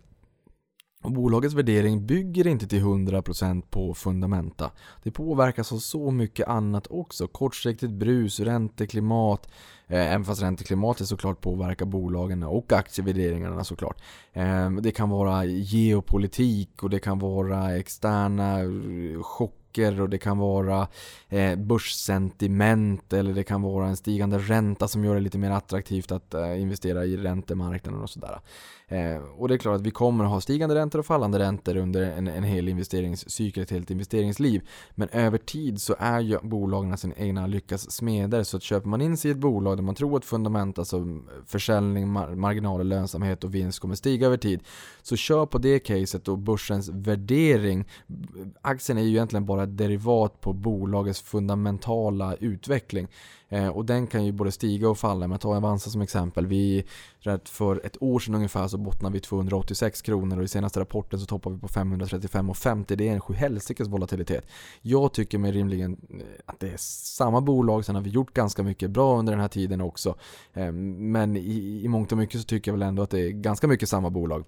Och bolagets värdering bygger inte till hundra procent på fundamenta. Det påverkas av så mycket annat också. Kortsiktigt brus, ränteklimat, eh, även fast ränteklimatet såklart påverkar bolagen och aktievärderingarna såklart. Eh, det kan vara geopolitik och det kan vara externa chock och det kan vara eh, börssentiment, eller det kan vara en stigande ränta som gör det lite mer attraktivt att eh, investera i räntemarknaden och sådär. Eh, och det är klart att vi kommer att ha stigande räntor och fallande räntor under en, en hel investeringscykel, ett helt investeringsliv. Men över tid så är ju bolagen sin egna lyckas smeder, så att köper man in sig i ett bolag där man tror att fundament, alltså försäljning, mar- marginal, lönsamhet och vinst kommer stiga över tid, så kör på det caset. Och börsens värdering, aktien är ju egentligen bara ett derivat på bolagets fundamentala utveckling. Eh, och den kan ju både stiga och falla. Men ta Avanza som exempel. Vi, för ett år sedan ungefär så bottnade vi tvåhundraåttiosex kronor och i senaste rapporten så toppar vi på femhundratrettiofem och femtio. Det är en sjuhelsikes volatilitet. Jag tycker med rimligen att det är samma bolag. Sen har vi gjort ganska mycket bra under den här tiden också. Eh, men i, i mångt och mycket så tycker jag väl ändå att det är ganska mycket samma bolag.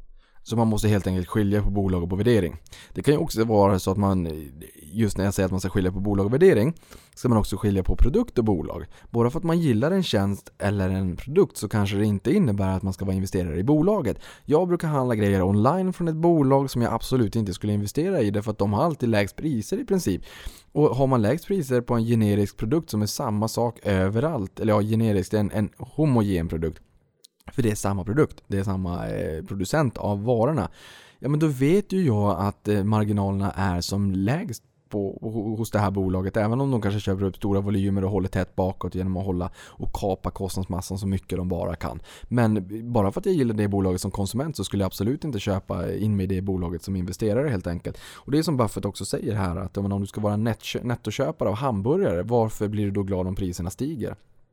Så man måste helt enkelt skilja på bolag och på värdering. Det kan ju också vara så att man, just när jag säger att man ska skilja på bolag och värdering, ska man också skilja på produkt och bolag. Bara för att man gillar en tjänst eller en produkt så kanske det inte innebär att man ska vara investerare i bolaget. Jag brukar handla grejer online från ett bolag som jag absolut inte skulle investera i, därför att de har alltid lägst priser i princip. Och har man lägst priser på en generisk produkt som är samma sak överallt, eller ja, generisk, en, en homogen produkt, för det är samma produkt, det är samma eh, producent av varorna, ja men då vet ju jag att eh, marginalerna är som lägst på, hos det här bolaget, även om de kanske köper upp stora volymer och håller tätt bakåt genom att hålla och kapa kostnadsmassan så mycket de bara kan. Men bara för att jag gillar det bolaget som konsument så skulle jag absolut inte köpa in med det bolaget som investerare helt enkelt. Och det är som Buffett också säger här, att om du ska vara nettoköpare av hamburgare, varför blir du då glad om priserna stiger?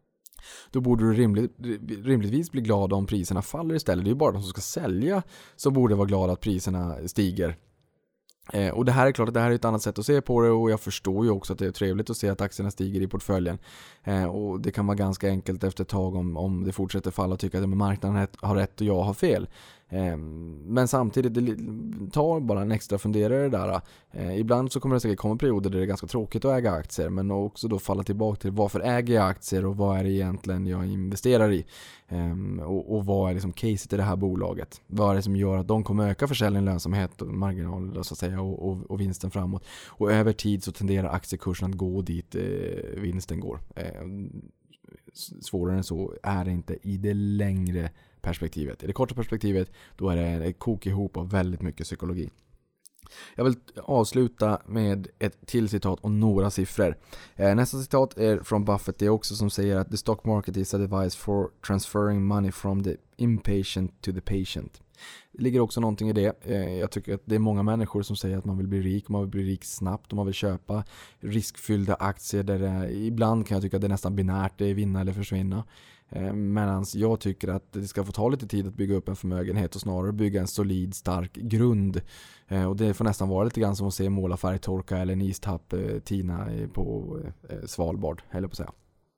Då borde du rimligt, rimligtvis bli glad om priserna faller istället. Det är ju bara de som ska sälja som borde vara glada att priserna stiger. Eh, och det här är klart att det här är ett annat sätt att se på det, och jag förstår ju också att det är trevligt att se att aktierna stiger i portföljen. Eh, och det kan vara ganska enkelt efter ett tag om, om det fortsätter falla och tycka att marknaden har rätt och jag har fel. Eh, men samtidigt, det tar bara en extra funderare där. Eh, ibland så kommer det säkert komma perioder där det är ganska tråkigt att äga aktier, men också då falla tillbaka till varför äger jag aktier och vad är det egentligen jag investerar i. Um, och, och vad är liksom caset i det här bolaget? Vad är det som gör att de kommer öka försäljning, lönsamhet och marginal så att säga, och, och, och vinsten framåt? Och över tid så tenderar aktiekursen att gå dit eh, vinsten går. Eh, svårare än så är det inte i det längre perspektivet. I det korta perspektivet då är det ett kok ihop av väldigt mycket psykologi. Jag vill avsluta med ett till citat och några siffror. Eh, nästa citat är från Buffett, det är också som säger att the stock market is a device for transferring money from the impatient to the patient. Det ligger också någonting i det. Eh, jag tycker att det är många människor som säger att man vill bli rik, man vill bli rik snabbt och man vill köpa riskfyllda aktier där det, ibland kan jag tycka att det är nästan binärt, det är vinna eller försvinna. Medan jag tycker att det ska få ta lite tid att bygga upp en förmögenhet och snarare bygga en solid, stark grund. Och det får nästan vara lite grann som att se målarfärg torka eller en istapp tina på Svalbard, eller på att säga.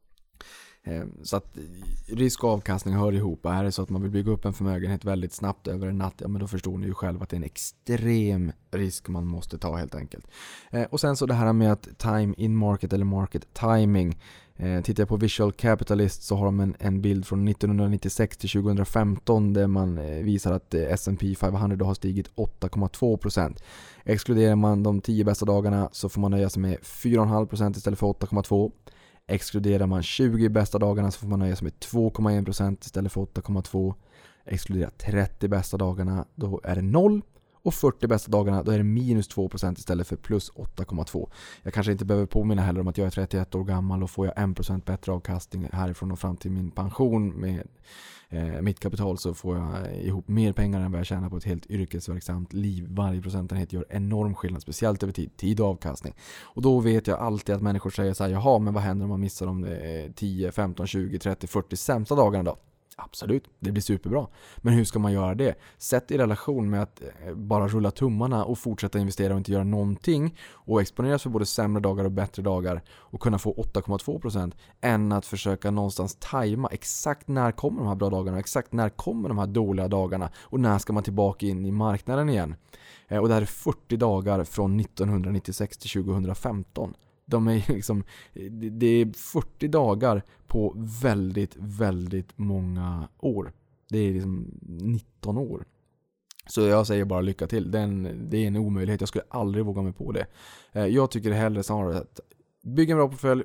Så att risk och avkastning hör ihop. Är det så att man vill bygga upp en förmögenhet väldigt snabbt över en natt, ja men då förstår ni ju själv att det är en extrem risk man måste ta helt enkelt. Och sen så det här med att time in market eller market timing. Eh, tittar jag på Visual Capitalist så har de en, en bild från nittonhundranittiosex till tjugohundrafemton där man eh, visar att eh, S and P femhundra har stigit åtta komma två procent. Exkluderar man de tio bästa dagarna så får man nöja sig med fyra komma fem procent istället för åtta komma två. Exkluderar man tjugo bästa dagarna så får man nöja sig med två komma en procent istället för åtta komma två. Exkluderar trettio bästa dagarna då är det noll. Och fyrtio bästa dagarna, då är det minus två procent istället för plus åtta komma två. Jag kanske inte behöver påminna heller om att jag är trettioett år gammal och får jag en procent bättre avkastning härifrån och fram till min pension med eh, mitt kapital, så får jag ihop mer pengar än vad jag tjänar på ett helt yrkesverksamt liv. Varje procentenhet gör enorm skillnad, speciellt över tid, tid och avkastning. Och då vet jag alltid att människor säger så här: jaha, men vad händer om man missar de tio, femton, tjugo, trettio, fyrtio sämsta dagarna då? Absolut, det blir superbra. Men hur ska man göra det? Sätt i relation med att bara rulla tummarna och fortsätta investera och inte göra någonting och exponeras för både sämre dagar och bättre dagar och kunna få åtta komma två procent än att försöka någonstans tajma exakt när kommer de här bra dagarna, exakt när kommer de här dåliga dagarna och när ska man tillbaka in i marknaden igen. Och det här är fyrtio dagar från nittonhundranittiosex till tjugohundrafemton. De är liksom, det är fyrtio dagar på väldigt, väldigt många år. Det är liksom nitton år. Så jag säger bara lycka till. Det är en, det är en omöjlighet. Jag skulle aldrig våga mig på det. Jag tycker det hellre snarare att bygga en bra portfölj,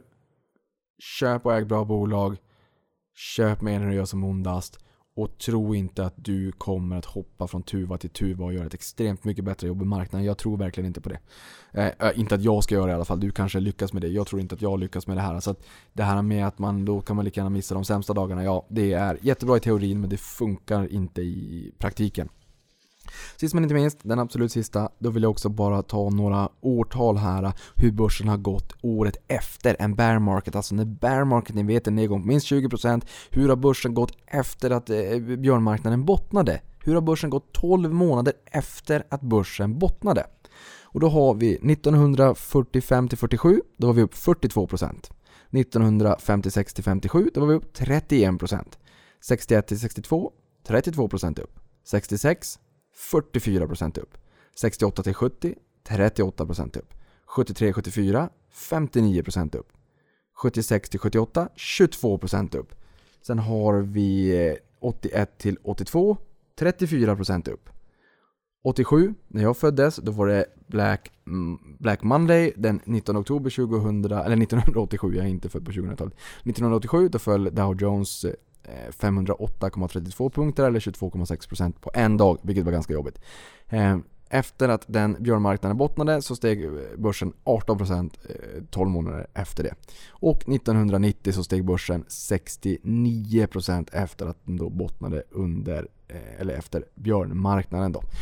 köp och äg bra bolag, köp mer när du gör som ondast. Och tro inte att du kommer att hoppa från tuva till tuva och göra ett extremt mycket bättre jobb i marknaden. Jag tror verkligen inte på det. Eh, inte att jag ska göra det i alla fall. Du kanske lyckas med det. Jag tror inte att jag lyckas med det här. Så att det här med att man då kan man lika gärna missa de sämsta dagarna. Ja, det är jättebra i teorin, men det funkar inte i praktiken. Sist men inte minst, den absolut sista, då vill jag också bara ta några årtal här hur börsen har gått året efter en bear market. Alltså när bear market, ni vet, en nedgång på minst tjugo procent. Hur har börsen gått efter att eh, björnmarknaden bottnade? Hur har börsen gått tolv månader efter att börsen bottnade? Och då har vi nittonhundrafyrtiofem till fyrtiosju, då var vi upp fyrtiotvå procent. nittonhundrafemtiosex till femtiosju, då var vi upp trettioen procent. sextioett till sextiotvå, trettiotvå procent upp. sextiosex, fyrtiofyra procent upp. sextioåtta till sjuttio, trettioåtta procent upp. sjuttiotre till sjuttiofyra, femtionio procent upp. sjuttiosex till sjuttioåtta, tjugotvå procent upp. Sen har vi åttioett till åttiotvå, trettiofyra procent upp. åttiosju, när jag föddes, då var det Black, Black Monday den nittonde oktober tjugohundra, eller nittonhundraåttiosju, jag är inte född på tjugohundratalet. nittonhundraåttiosju, då föll Dow Jones femhundraåtta komma trettiotvå punkter eller tjugotvå komma sex procent på en dag, vilket var ganska jobbigt. Efter att den björnmarknaden bottnade så steg börsen arton procent tolv månader efter det. Och nittonhundranittio så steg börsen sextionio procent efter att den då bottnade under eller efter björnmarknaden då.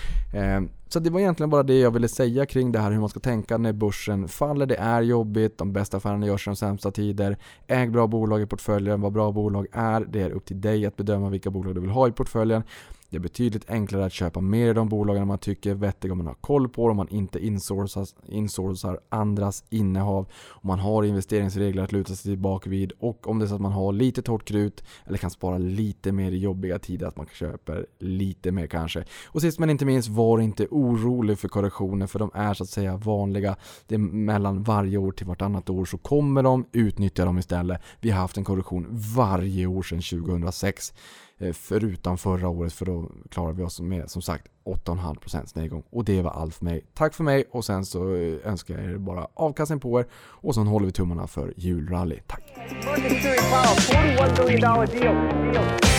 Så det var egentligen bara det jag ville säga kring det här, hur man ska tänka när börsen faller. Det är jobbigt, de bästa affärerna görs i de sämsta tider. Äg bra bolag i portföljen, vad bra bolag är. Det är upp till dig att bedöma vilka bolag du vill ha i portföljen. Det är betydligt enklare att köpa mer i de bolagen man tycker är vettiga, om man har koll på, om man inte insourcar, insourcar andras innehav, om man har investeringsregler att luta sig tillbaka vid, och om det är så att man har lite torrt krut eller kan spara lite mer i jobbiga tider, att man köper lite mer kanske. Och sist men inte minst, var inte orolig för korrektioner, för de är så att säga vanliga. Det är mellan varje år till vartannat år så kommer de, utnyttja dem istället. Vi har haft en korrektion varje år sedan tjugohundrasex. Förutom förra året, för då klarar vi oss med som sagt åtta komma fem procent nedgång. Och det var allt för mig. Tack för mig, och sen så önskar jag er bara avkastning på er, och sen håller vi tummarna för julrally. Tack! forty-one billion dollars deal. deal.